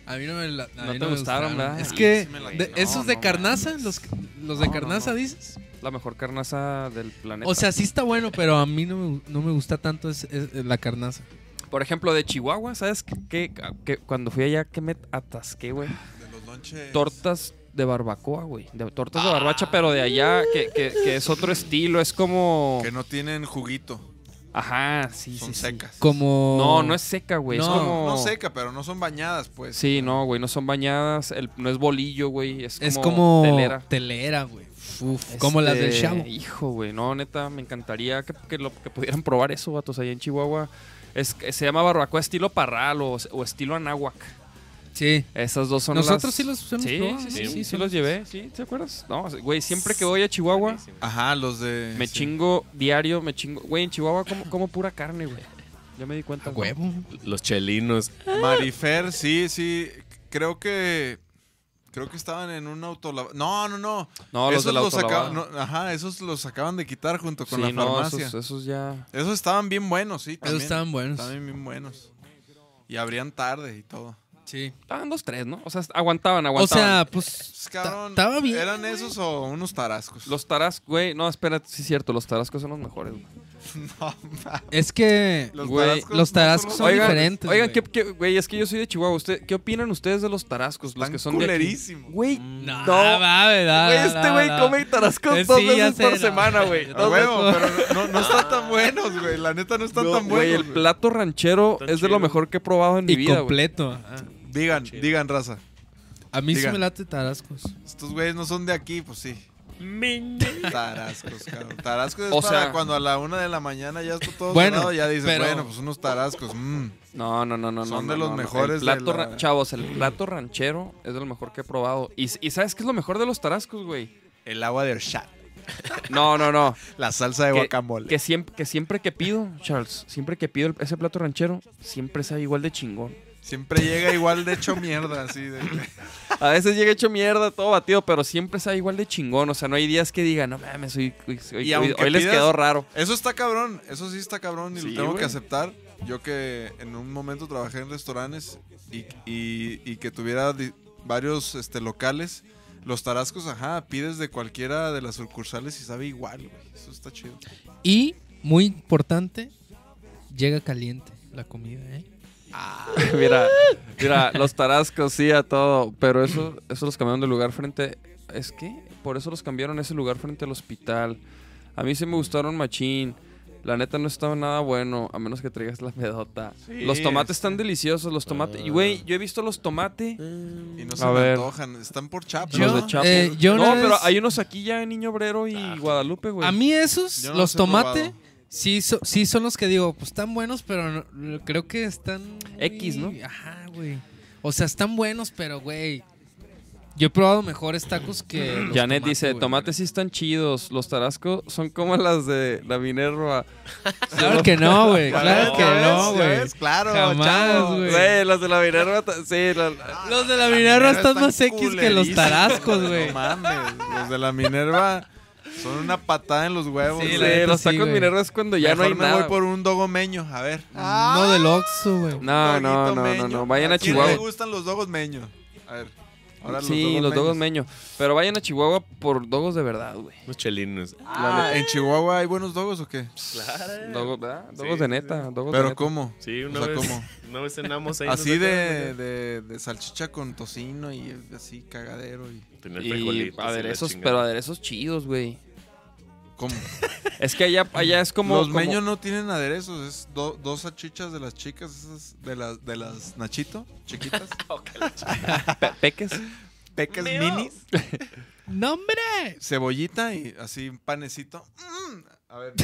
A mí no me, la, a No mí te gustaron, ¿verdad? Es Sí, que sí me la- de- no, esos de no carnaza, mames. los, los No, de no, carnaza, no. dices. La mejor carnaza del planeta. O sea, sí está bueno, pero a mí no me, no me gusta tanto es, es- es la carnaza. Por ejemplo, de Chihuahua, ¿sabes qué? qué- qué- cuando fui allá, que me atasqué, güey. De los lonches. Tortas de barbacoa, güey. De, tortas de barbacha, pero de allá, que, que, que es otro estilo. Es como... Que no tienen juguito. Ajá, sí, Son sí, sí. secas. Como... No, no es seca, güey. No, es como... No seca, pero no son bañadas, pues. Sí, no, güey, no son bañadas. El, no es bolillo, güey. Es como, Es como... telera. Telera, güey. Uf, como las del Este, Chavo. Hijo, güey. No, neta, me encantaría que, que, lo, que pudieran probar eso, vatos, allá en Chihuahua. Es, se llama barbacoa estilo parral o, o estilo anáhuac. Sí. Esas dos son Nosotros las... sí los hemos sí, probado, sí, ¿no? sí, sí, Sí, sí, sí. los llevé. ¿Sí? ¿Te acuerdas? No, güey, siempre que voy a Chihuahua, Buenísimo. Ajá, los de. me sí. chingo diario, me chingo... Güey, en Chihuahua como, como pura carne, güey. Ya me di cuenta. A güey. huevo. Los chelinos. Marifer, sí, sí. Creo que. Creo que estaban en un autolavado. No, no, no. No, los Esos de la los autolavada. acaban- no, Ajá, esos los acaban de quitar junto con Sí, la no, farmacia. esos, esos ya... Esos estaban bien buenos, sí. También, Esos estaban buenos. Estaban bien buenos. Y abrían tarde y todo. Sí. Estaban dos, tres, ¿no? O sea, aguantaban, O aguantaban. sea, pues... Pues, cabrón, Estaba bien. ¿eran esos o unos tarascos? Los tarascos, güey. No, espera, sí es cierto. Los tarascos son los mejores, güey. No, ma- Es que... los Güey, tarascos. los no tarascos los son Oigan, diferentes, Oigan, güey. ¿qué, qué- güey, es que yo soy de Chihuahua. ¿Usted, ¿Qué opinan ustedes de los tarascos? Los Están que son de aquí? culerísimos. Güey, No, no. va, ¿verdad? Güey, este güey come tarascos Eh, dos sí, ya veces sé, por no. semana, güey. A Dos huevo, veces. pero no, no están tan buenos, güey. La neta no están No, tan güey, buenos. el güey. plato ranchero Están es de lo chidos. mejor que he probado en mi Y vida, güey. completo. ajá. Digan, digan, raza. A mí sí Digan. me late tarascos. Estos güeyes no son de aquí, pues sí. Tarascos, cabrón. Tarascos es O para sea- cuando a la una de la mañana ya está todo Bueno, cerrado, ya dices, pero- bueno, pues unos tarascos. mm. No, no, no, no. Son no, de no, los no, no. mejores El de plato la- ra- Chavos, el plato ranchero es de lo mejor que he probado. ¿Y, y sabes qué es lo mejor de los tarascos, güey? El agua de horchata. No, no, no. La salsa de Que- guacamole. Que siempre, que siempre que pido, Charles, siempre que pido el- ese plato ranchero, siempre sabe igual de chingón. Siempre llega igual de hecho mierda, así de... A veces llega hecho mierda, todo batido, pero siempre sabe igual de chingón. O sea, no hay días que digan, no mames, hoy, hoy- hoy- Y hoy- aunque hoy les pidas- quedó raro. Eso está cabrón, eso sí está cabrón y Sí, lo tengo güey. que aceptar. Yo que en un momento trabajé en restaurantes y, y- y que tuviera di- varios este, locales, los tarascos, ajá, pides de cualquiera de las sucursales y sabe igual, güey. Eso está chido. Y, muy importante, llega caliente la comida, ¿eh? mira, mira, los tarascos sí a todo, pero eso, eso los cambiaron de lugar frente. ¿Es que? Por eso los cambiaron ese lugar frente al hospital. A mí sí me gustaron machín. La neta no estaba nada bueno, a menos que traigas la pedota. Sí, los tomates este- están deliciosos, los tomates. Y güey, yo he visto los tomates. Y no se A me ver. antojan, están por chapo. Los Yo- de Chapo. eh, yo no, una pero vez- hay unos aquí ya en Niño Obrero y Guadalupe, güey. A mí esos, Yo no los los he tomates, probado. sí, so- sí son los que digo, pues están buenos, pero no- creo que están... X, ¿no? Ajá, güey. O sea, están buenos, pero, güey... Yo he probado mejores tacos que los Janet tomates, dice, güey. tomates sí están chidos, los tarascos son como las de la Minerva. Claro que no, güey. Ya Claro ves, que ya ves, no, ya güey. ves, claro, Jamás, chavo. güey. Güey, las de la Minerva, ta- sí. la- Los de la La Minerva están están más X que los culerísimos, tarascos, güey. No mames, los de la Minerva son una patada en los huevos. Sí, Sí, güey. la neta los sí, tacos güey. Minerva es cuando ya Mejor no hay me nada. voy por un dogomeño, a ver. No del Oxxo, güey. No, no, Doguito no, meño. no, no, vayan a quién Chihuahua. le gustan los dogos meños? A ver. Ahora Sí, los dogos meño. Pero vayan a Chihuahua por dogos de verdad, güey. Los chelinos. Ah, ¿en Chihuahua hay buenos dogos o qué? Dogos, ¿verdad? Dogos Sí, de sí, neta. Dogos de Pero neta. ¿cómo? Sí, una O sea, vez. ¿cómo? Una vez cenamos ahí. Así nos de, sacaron de, de salchicha con tocino y así cagadero. Y... Tenía Y frijolitos la aderezos, chingada. pero aderezos chidos, güey. ¿Cómo? Es que allá, allá es como... los como- meños no tienen aderezos, es do- dos salchichas de las chicas, esas de las de las Nachito, chiquitas. pe- peques. Pecas minis. ¡No, hombre! Cebollita y así un panecito. Mm. A ver.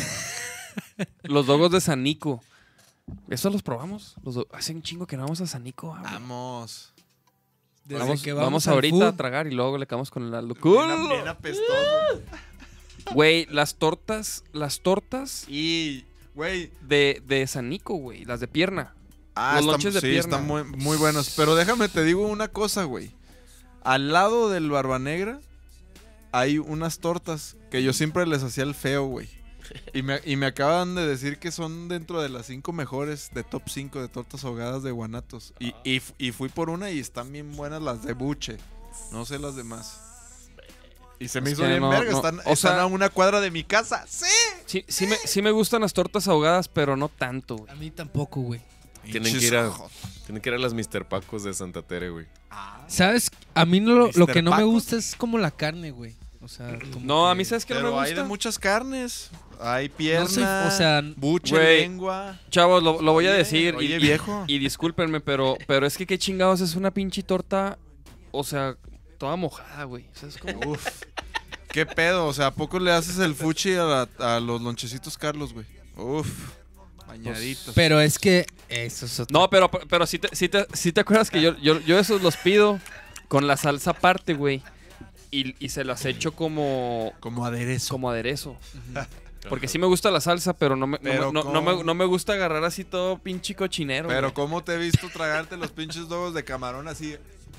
Los dogos de Sanico. ¿Esos los probamos? Los do- Hace un chingo que no vamos a Sanico. ah, güey. Vamos. Desde Vamos, que vamos, vamos al ahorita food. a tragar y luego le quedamos con el Aldo. Bien, bien apestoso. Güey, las tortas, las tortas Y, güey. de, de Sanico, güey. Las de pierna. Ah, Los están, lonches de sí, pierna. están muy, muy buenos. Pero déjame te digo una cosa, güey. Al lado del Barba Negra hay unas tortas que yo siempre les hacía el feo, güey. Y me, y me acaban de decir que son dentro de las cinco mejores de top cinco de tortas ahogadas de Guanatos. Y, y, y fui por una y están bien buenas las de buche. No sé las demás. Y se me Es hizo que bien no, verga. no, Están, o están sea- a una cuadra de mi casa. ¡Sí! Sí, sí, me, sí me gustan las tortas ahogadas, pero no tanto, güey. A mí tampoco, güey. Tienen que ir a, tienen que ir a las mister Pacos de Santa Tere, güey. ¿Sabes? A mí no, lo, lo Mister que no me Paco. gusta es como la carne, güey. O sea, como No, que- a mí sabes que no Pero me hay de gusta. muchas carnes. Hay No pierna, soy- o sea, buche, Güey. lengua. Chavos, lo, lo voy a Oye, decir. oye, y, y- viejo. Y, discúlpenme, pero, pero es que qué chingados es una pinche torta. O sea, toda mojada, güey. O sea, es como. Uf. ¿Qué pedo? O sea, ¿a poco le haces el fuchi a, la- a los lonchecitos Carlos, güey? Uf. Bañaditos. pero es que eso es otra- No, pero, pero sí, te, sí, te, sí te acuerdas que yo, yo, yo esos los pido con la salsa aparte, güey. Y, y se las echo como, Como aderezo. como aderezo. Porque sí me gusta la salsa, pero no me, no, Pero me- no, ¿cómo? no me, no me gusta agarrar así todo pinche cochinero. Pero güey. ¿cómo te he visto tragarte los pinches huevos de camarón así?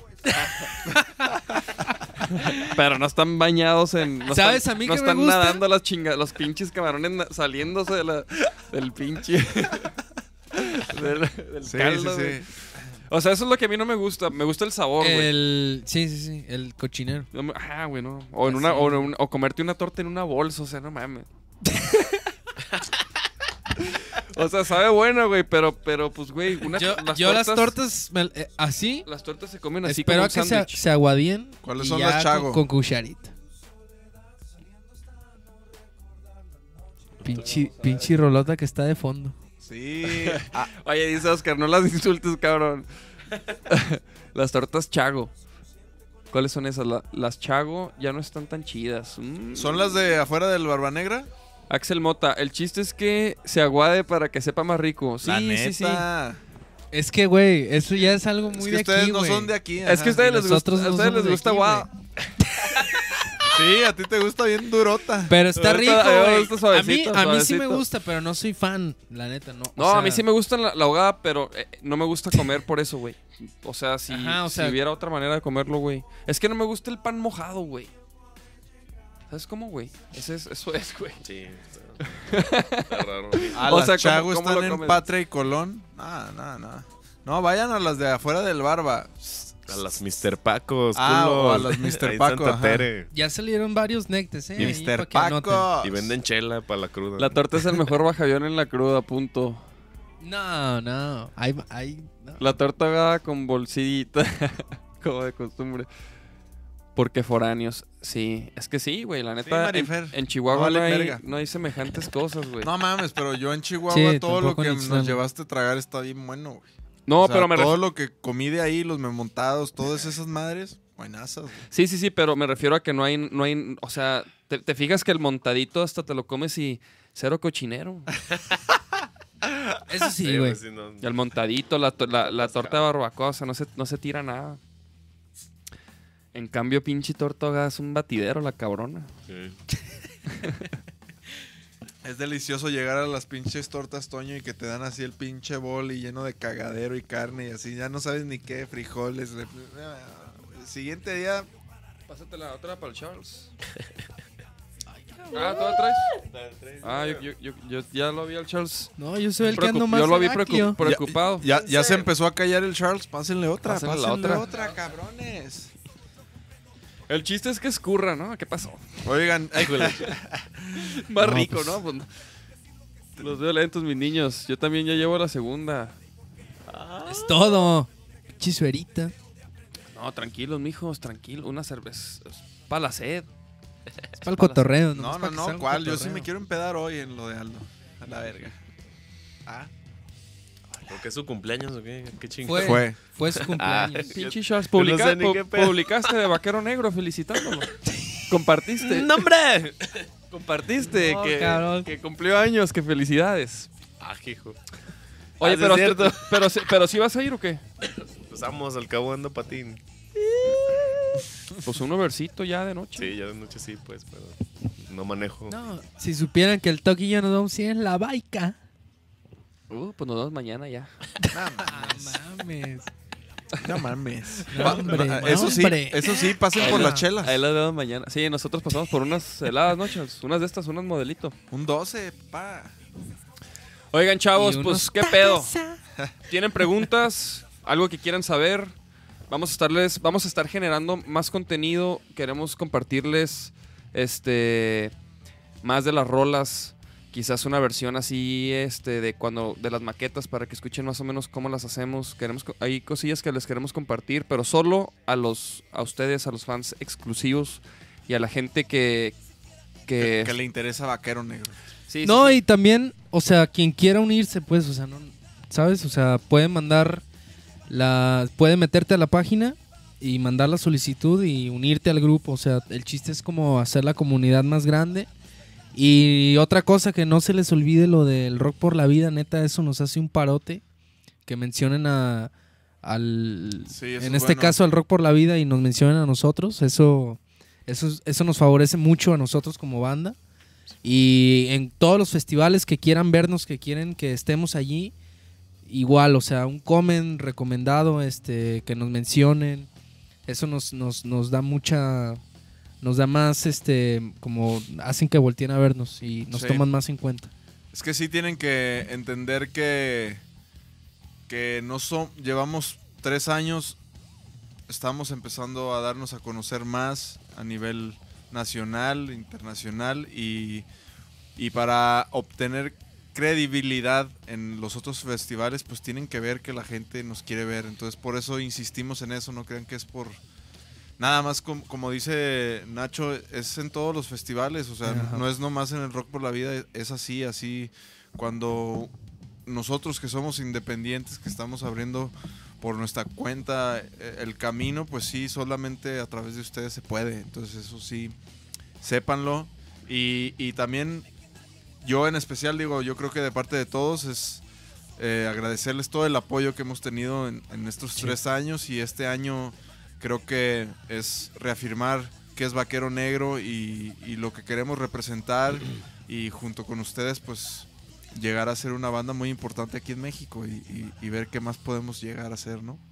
Pero no están bañados en. No ¿Sabes están, a mí no qué me están gusta? nadando las chinga, los pinches camarones na- saliéndose de la, del pinche. del del Sí, caldo, sí, güey. sí. O sea, eso es lo que a mí no me gusta. Me gusta el sabor, güey. El... Sí, sí, sí. El cochinero. No me- Ah, güey, no. O, en una, o, en un- o comerte una torta en una bolsa, o sea, no mames. O sea, sabe bueno, güey, pero, pero pues, güey, una- Yo, las, yo tortas, las tortas me- eh, así. Las tortas se comen así Espero como a un que se, sándwich. se aguadien. ¿Cuáles y son ya las Chago? Con, con cucharita. Pinche, pinche rolota que está de fondo. Sí. Ah, Oye, dice Oscar, no las insultes, cabrón. Las tortas Chago. ¿Cuáles son esas? La- las Chago ya no están tan chidas. Mm. ¿son las de afuera del Barba Negra? Axel Mota, el chiste es que se aguade para que sepa más rico. Sí, La sí, sí. neta. Es que, güey, eso ya es algo muy Es que de ustedes aquí, no güey. son de aquí. Es ajá. que a ustedes y les gusta, nosotros a no ustedes somos les de gusta aquí, guau. Sí, a ti te gusta bien durota. Pero está Me rico, gusta- me güey. gusta A mí, suavecito, a mí sí me suavecito. gusta, pero no soy fan, la neta, no. O No, a sea, mí sí me gusta la, la ahogada, pero eh, no me gusta comer por eso, güey. O sea, si, Ajá, o si sea- hubiera otra manera de comerlo, güey. Es que no me gusta el pan mojado, güey. ¿Sabes cómo, güey? Ese es, eso es, güey. Sí, está, está raro. güey. A O las sea, ¿cómo- Chago cómo están lo en comes? Patria y Colón. Nada, nada, nada. No, vayan a las de afuera del Barba. A las mister Pacos, Ah, culos. o a las mister Ahí en Paco, Santa ajá. Tere. Ya salieron varios nectes, eh. ahí mister pa' que anoten. Paco. Y venden chela para la cruda. La torta es el mejor bajavión en la cruda, punto. No, no. Hay, hay, no. La torta ahogada con bolsita, como de costumbre. Porque foráneos, sí. Es que sí, güey, la neta. en, Marifer. en Chihuahua No no, vale hay, verga. no hay semejantes cosas, güey. No mames, pero yo en Chihuahua Sí, todo lo tampoco que en nos Ixtlán. llevaste a tragar está bien bueno, güey. No, O sea, pero me todo refiero. lo que comí de ahí, los memontados, todas esas madres, buenazas. güey. Sí, sí, sí, pero me refiero a que no hay, no hay, o sea, te, te fijas que el montadito hasta te lo comes y cero cochinero. Eso sí, Sí, güey. pues, sí, no. Y el montadito, la, to- la, la torta de barbacoa, o sea, no se, no se tira nada. En cambio, pinche torta ahogada es un batidero, la cabrona. Sí. Es delicioso llegar a las pinches tortas Toño y que te dan así el pinche bol y lleno de cagadero y carne y así. Ya no sabes ni qué, frijoles. le- El siguiente día, Pásate la otra para el Charles. Ah, ¿tú la traes? Ah, yo, yo, yo, yo ya lo vi al Charles. No, yo soy el que Preocup- ando más yo lo vi terráqueo. preocup- preocupado. ya, ya se empezó a callar el Charles. Pásenle otra, Pásenle pásenle, la otra. otra. cabrones. El chiste es que escurra, ¿no? ¿Qué pasó? Oigan, Más No, rico, pues. ¿no? Pues, los veo lentos, mis niños. Yo también ya llevo la segunda. Es todo. Chisuerita. No, tranquilos, mijos, tranquilos. Una cerveza. Para la sed. Es para el cotorreo. no, nomás no, pa' que no, salga un ¿cuál? Yo sí cotorreo. me quiero empedar hoy en lo de Aldo. A la verga. Ah, ¿Por qué es su cumpleaños o qué? ¿Qué chingada? Fue, Fue. fue su cumpleaños. Pinche Charles, yo no publica- sé ni pu- qué pedo. publicaste de Vaquero Negro felicitándolo. Compartiste. ¡No, hombre! Compartiste No, que, cabrón. que cumplió años, que felicidades. Ah, hijo. Oye, Ah, sí pero, es cierto. pero, sí- pero sí vas a ir o qué? Pues vamos, al cabo ando patín. Pues un versito ya de noche. Sí, ya de noche sí, pues, pero no manejo. No, si supieran que el Toki y yo nos vamos a ir en la baica. Uh, pues nos vemos mañana ya. Ah, mames. No mames. No, hombre, no, eso sí, hombre. eso sí, pasen por las chelas. Ahí las vemos mañana. Sí, nosotros pasamos por unas heladas noches. Unas de estas, unas modelito. Un doce, pa. Oigan, chavos, Y unos pues, ¿qué pedo? ¿Tienen preguntas? ¿Algo que quieran saber? Vamos a estarles, vamos a estar generando más contenido. Queremos compartirles este más de las rolas. Quizás una versión así este de cuando de las maquetas para que escuchen más o menos cómo las hacemos. Queremos hay cosillas que les queremos compartir, pero solo a los a ustedes, a los fans exclusivos y a la gente que que, Que, que le interesa Vaquero Negro. sí, No, sí, sí. y también, o sea, quien quiera unirse, pues, o sea, no, ¿sabes? O sea, pueden mandar la, pueden meterte a la página y mandar la solicitud y unirte al grupo. O sea, el chiste es como hacer la comunidad más grande. Y otra cosa que no se les olvide, lo del Rock por la Vida, neta, eso nos hace un parote. Que mencionen a, al, Sí, eso en es este bueno. caso al Rock por la Vida y nos mencionen a nosotros. Eso, eso, eso nos favorece mucho a nosotros como banda. Y en todos los festivales que quieran vernos, que quieren que estemos allí, igual, o sea, un comen recomendado, este, que nos mencionen. Eso nos, nos, nos da mucha... Nos da más, este, como hacen que volteen a vernos y nos Sí. toman más en cuenta. Es que sí tienen que entender que, que no son, llevamos tres años, estamos empezando a darnos a conocer más a nivel nacional, internacional y, y para obtener credibilidad en los otros festivales, pues tienen que ver que la gente nos quiere ver. Entonces por eso insistimos en eso, no crean que es por... Nada más com- como dice Nacho, es en todos los festivales, o sea, Ajá. no es nomás en el Rock por la Vida, es así, así. Cuando nosotros que somos independientes, que estamos abriendo por nuestra cuenta eh, el camino, pues sí, solamente a través de ustedes se puede. Entonces eso sí, sépanlo. Y, y también yo en especial digo, yo creo que de parte de todos es eh, agradecerles todo el apoyo que hemos tenido en, en estos Sí. tres años y este año... Creo que es reafirmar que es Vaquero Negro y, y lo que queremos representar y junto con ustedes pues llegar a ser una banda muy importante aquí en México y, y- y ver qué más podemos llegar a ser, ¿no?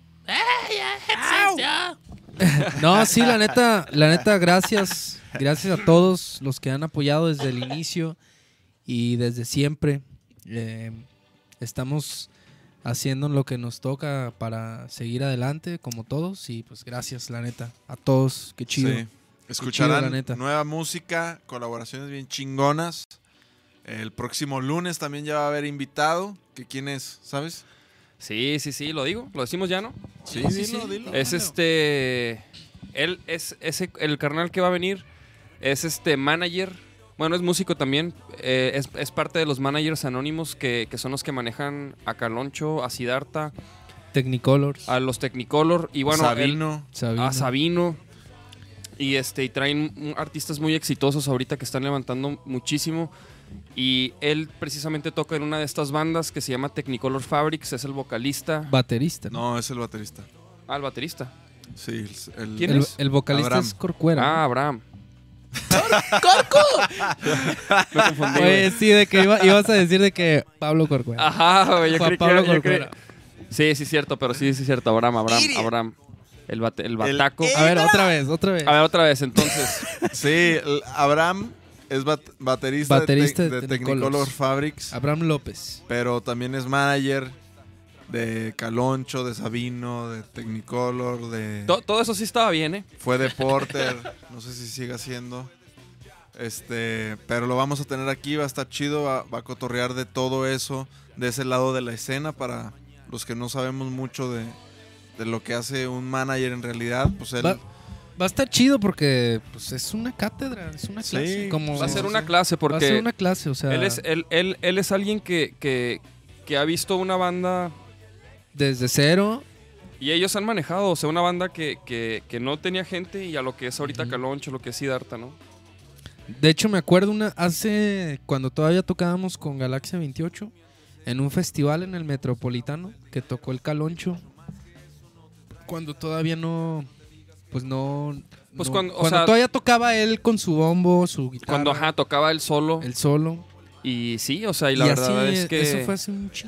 No, sí, la neta, la neta, gracias. Gracias a todos los que han apoyado desde el inicio y desde siempre. Eh, estamos haciendo lo que nos toca para seguir adelante, como todos. Y pues gracias, la neta, a todos. Qué chido. Sí. Escucharán chido, la neta. nueva música, colaboraciones bien chingonas. El próximo lunes también ya va a haber invitado. ¿Que quién es? ¿Sabes? Sí, sí, sí, lo digo, lo decimos ya, ¿no? Sí, dilo, dilo. Es este él es ese el carnal que va a venir es este manager. Bueno, es músico también. eh, es, es parte de los managers anónimos que, que son los que manejan a Caloncho, a Siddhartha, Technicolors. a los Technicolor y bueno, él- Sabino. Sabino. a Sabino. Y este y traen mm, artistas muy exitosos ahorita que están levantando muchísimo. Y él precisamente toca en una de estas bandas que se llama Technicolor Fabrics, es el vocalista. Baterista. ¿no? No, es el baterista. Ah, el baterista. Sí, el, el- ¿Quién El, es? el vocalista Abraham. es Corcuera. Ah, Abraham. Me confundí, güey. Oye, sí, de que iba- ibas a decir de que Pablo Corcuera. Ajá, güey, yo Juan creí que Pablo era- yo creí- Corcuera. Sí, sí, cierto, pero sí, sí, cierto. Abraham, Abraham, Abraham. El, bate- el bataco. A ver, otra vez, otra vez. A ver, otra vez, entonces. Sí, el- Abraham es bat- baterista, Baterista de, de Tec- de Technicolor. Technicolor Fabrics, Abraham López. pero también es manager de Caloncho, de Sabino, de Technicolor, de... To- todo eso sí estaba bien, ¿eh? Fue de Porter, no sé si siga siendo. Este, pero lo vamos a tener aquí, va a estar chido, va, va a cotorrear de todo eso, de ese lado de la escena, para los que no sabemos mucho de, de lo que hace un manager en realidad, pues él... Va, va a estar chido porque pues, es una cátedra, es una Sí, clase. como, Va a ser sí, una sí. clase va a porque ser una clase, o sea, él, es, él, él, él es alguien que, que, que ha visto una banda desde cero. y ellos han manejado, o sea, una banda que, que, que no tenía gente y a lo que es ahorita Ujú. Caloncho, lo que es Siddhartha, ¿no? De hecho, me acuerdo una hace cuando todavía tocábamos con Galaxia veintiocho en un festival en el Metropolitano que tocó el Caloncho. Cuando todavía no pues no Pues no- cuando- o sea- todavía tocaba él con su bombo, su guitarra, Cuando ajá, tocaba él solo. el solo. Y sí, o sea, y la y verdad así, es que. eso fue hace un chingo. Y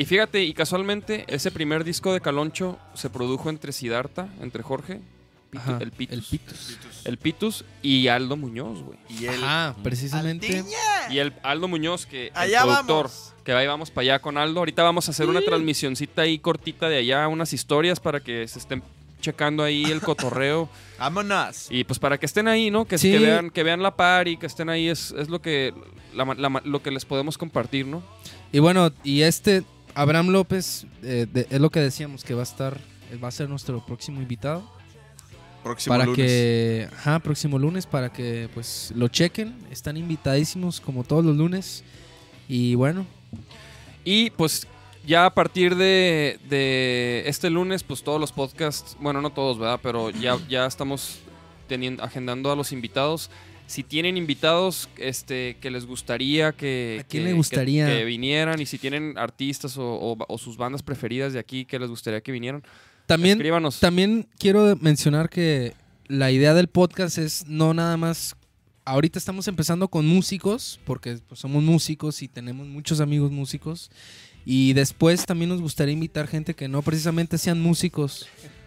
y fíjate, y casualmente, ese primer disco de Caloncho se produjo entre Siddhartha, entre Jorge, Pitu- Ajá, el Pitus. El Pitus. El Pitus y Aldo Muñoz, güey. Y él. Ajá, precisamente. Y el Aldo Muñoz, que el Allá productor, vamos. que ahí vamos para allá con Aldo. Ahorita vamos a hacer una transmisioncita ahí cortita de allá, unas historias para que se estén checando ahí el cotorreo. Vámonos. Y pues para que estén ahí, ¿no? Que, Sí. que vean, que vean la party, que estén ahí, es, es lo que la ma- la ma- lo que les podemos compartir, ¿no? Y bueno, y este Abraham López, eh, de- es lo que decíamos, que va a estar, va a ser nuestro próximo invitado. Próximo para lunes. que, ajá, próximo lunes, para que pues lo chequen. Están invitadísimos como todos los lunes. Y bueno, Y pues ya a partir de, de este lunes, pues todos los podcasts, bueno, no todos, ¿verdad? Pero ya, ya estamos teniendo, agendando a los invitados. Si tienen invitados este, que les gustaría que, ¿A quién que- le gustaría? que, que vinieran, y si tienen artistas o, o- o sus bandas preferidas de aquí que les gustaría que vinieran, también, escríbanos. también quiero mencionar que la idea del podcast es no nada más. Ahorita estamos empezando con músicos, porque pues, somos músicos y tenemos muchos amigos músicos. Y después también nos gustaría invitar gente que no precisamente sean músicos.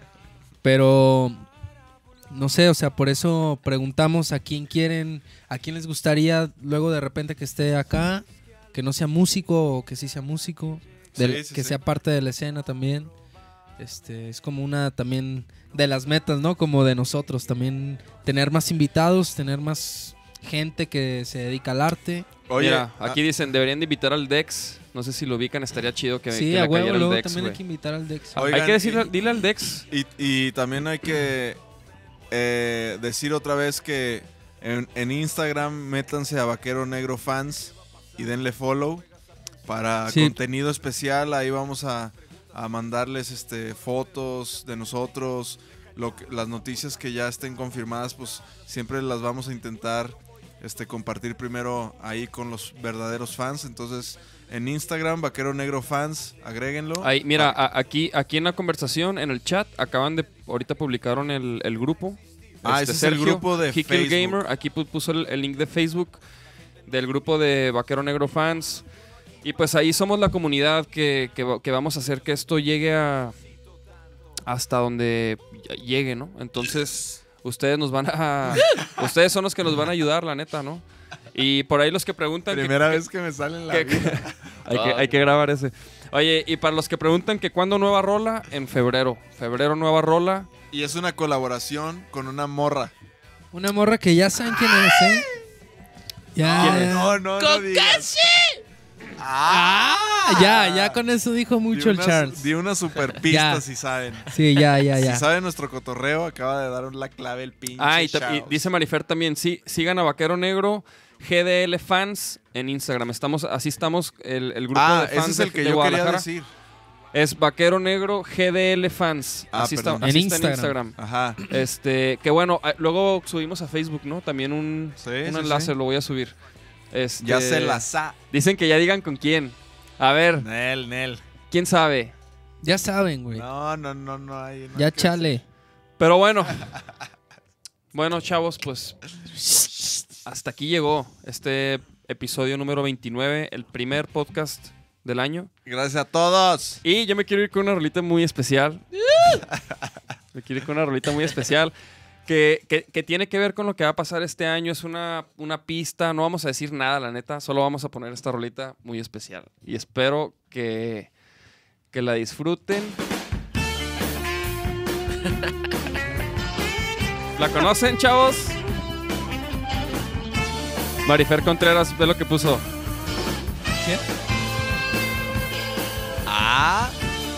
Pero no sé, o sea, por eso preguntamos a quién quieren, a quién les gustaría luego de repente que esté acá, que no sea músico o que sí sea músico, del- Sí, sí, que sí. sea parte de la escena también. Este, es como una también de las metas, ¿no? Como de nosotros también tener más invitados, tener más gente que se dedica al arte. Oye, Mira, ah, aquí dicen, deberían de invitar al Dex. No sé si lo ubican, estaría chido que, sí, que a le huevo, cayera el luego Dex, también güey. hay que invitar al Dex. Oigan, Hay que decirle, y- dile al Dex. Y, y también hay que eh, decir otra vez que en, en Instagram métanse a Vaquero Negro Fans y denle follow para Sí. contenido especial. Ahí vamos a, a mandarles este, fotos de nosotros, lo que- las noticias que ya estén confirmadas, pues siempre las vamos a intentar este, compartir primero ahí con los verdaderos fans. Entonces en Instagram Vaquero Negro Fans, agréguenlo. Ahí, mira, a- aquí, aquí en la conversación, en el chat, acaban de, ahorita publicaron el, el grupo. Ah, ese es el grupo de Hickel Facebook. Gamer, aquí pu- puso el, el link de Facebook del grupo de Vaquero Negro Fans. Y pues ahí somos la comunidad que, que, va- que vamos a hacer que esto llegue a hasta donde llegue, ¿no? Entonces, ustedes nos van a... ustedes son los que nos van a ayudar, la neta, ¿no? Y por ahí los que preguntan... que- Primera vez que me sale en la que- vida. hay, que, hay que grabar ese. Oye, y para los que preguntan que cuándo nueva rola, en febrero. Febrero nueva rola. Y es una colaboración con una morra. Una morra que ya saben quién es, ¿eh? Ya, ¿Quién es? ya. No, no, no digas. Ah, ya, ya con eso dijo mucho Di el una- Charles. Di una super pista Ya. si saben. Sí, ya, ya, ya. Si saben nuestro cotorreo, acaba de dar la clave el pinche Ah, y, ta- y Chaos. dice Marifer también, sí, sigan a Vaquero Negro, G D L Fans en Instagram. Estamos, así estamos, el, el grupo Ah, de fans ese es el de- que de yo quería Guadalajara. decir. Es Vaquero Negro, G D L Fans. Ah, así está, perdón. así En está en Instagram. Instagram. Ajá. Este, que bueno, ah, luego subimos a Facebook, ¿no? También un, Sí, un sí, enlace sí. lo voy a subir. Este, Ya se la sa. Dicen que ya digan con quién. A ver, Nel, Nel. ¿quién sabe? Ya saben, güey. No, no, no, no hay. nada Ya que chale. Pero bueno. Bueno, chavos, pues hasta aquí llegó este episodio número veintinueve, el primer podcast del año. decir. Gracias a todos. Y yo me quiero ir con una rolita muy especial. Me quiero ir con una rolita muy especial que, que- que tiene que ver con lo que va a pasar este año. Es una, una pista, no vamos a decir nada, la neta. Solo vamos a poner esta rolita muy especial. Y espero que, que la disfruten. ¿La conocen, chavos? Marifer Contreras, ve lo que puso. ¿Qué? Ah.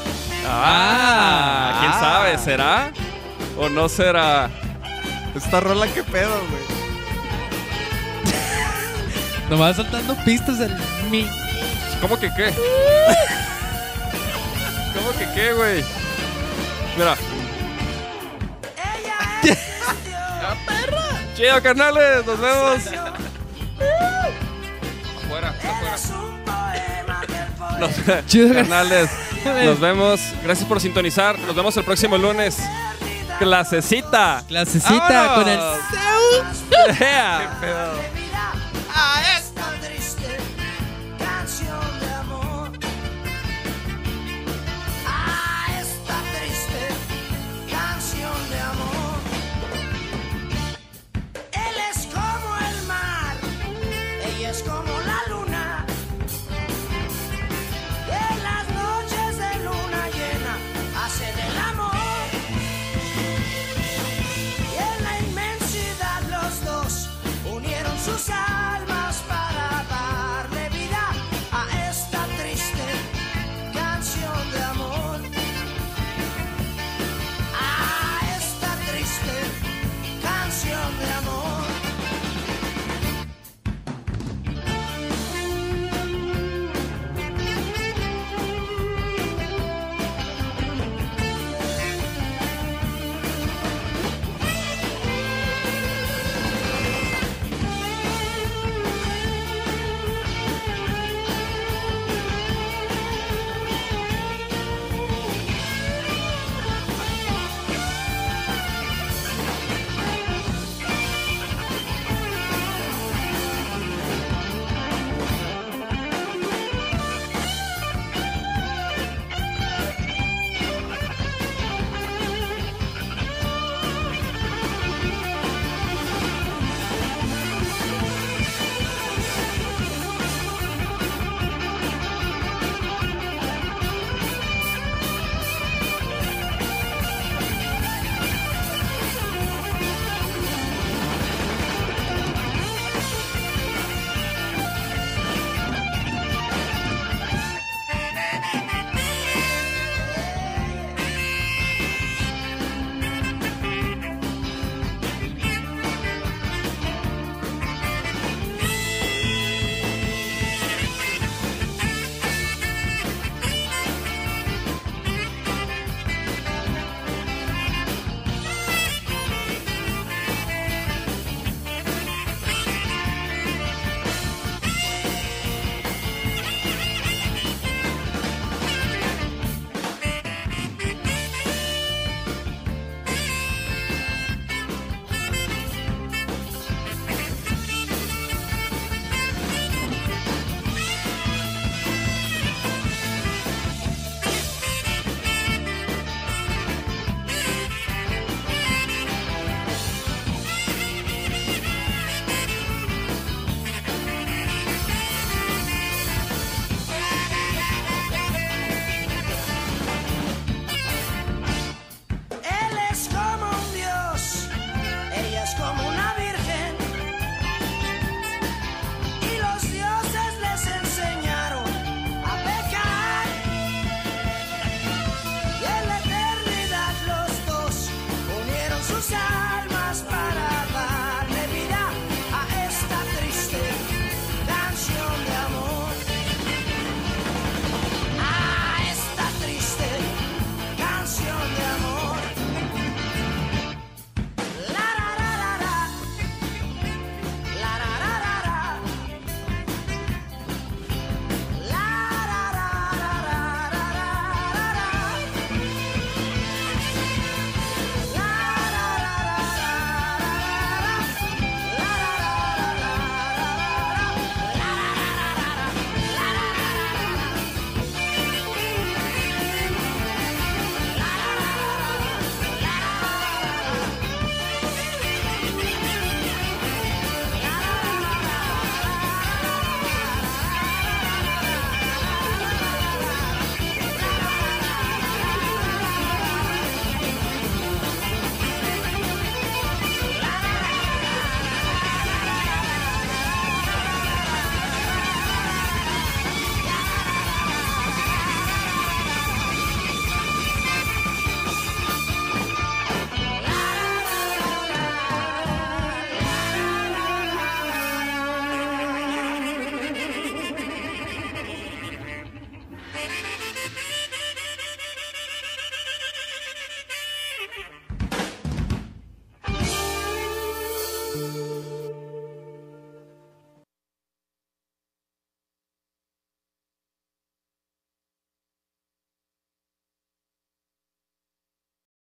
Ah, ¿quién sabe? ¿Será o no será? Esta rola, qué pedo, güey. Nomás soltando pistas del mi. ¿Cómo que qué? ¿Cómo que qué, güey? Mira. Chido, carnales, nos vemos. Afuera, afuera. Nos, Chido, carnales, nos vemos. Gracias por sintonizar. Nos vemos el próximo lunes. Clasecita. Clasecita con el ¡Vámonos! Yeah. a esta triste canción de amor. como la luna.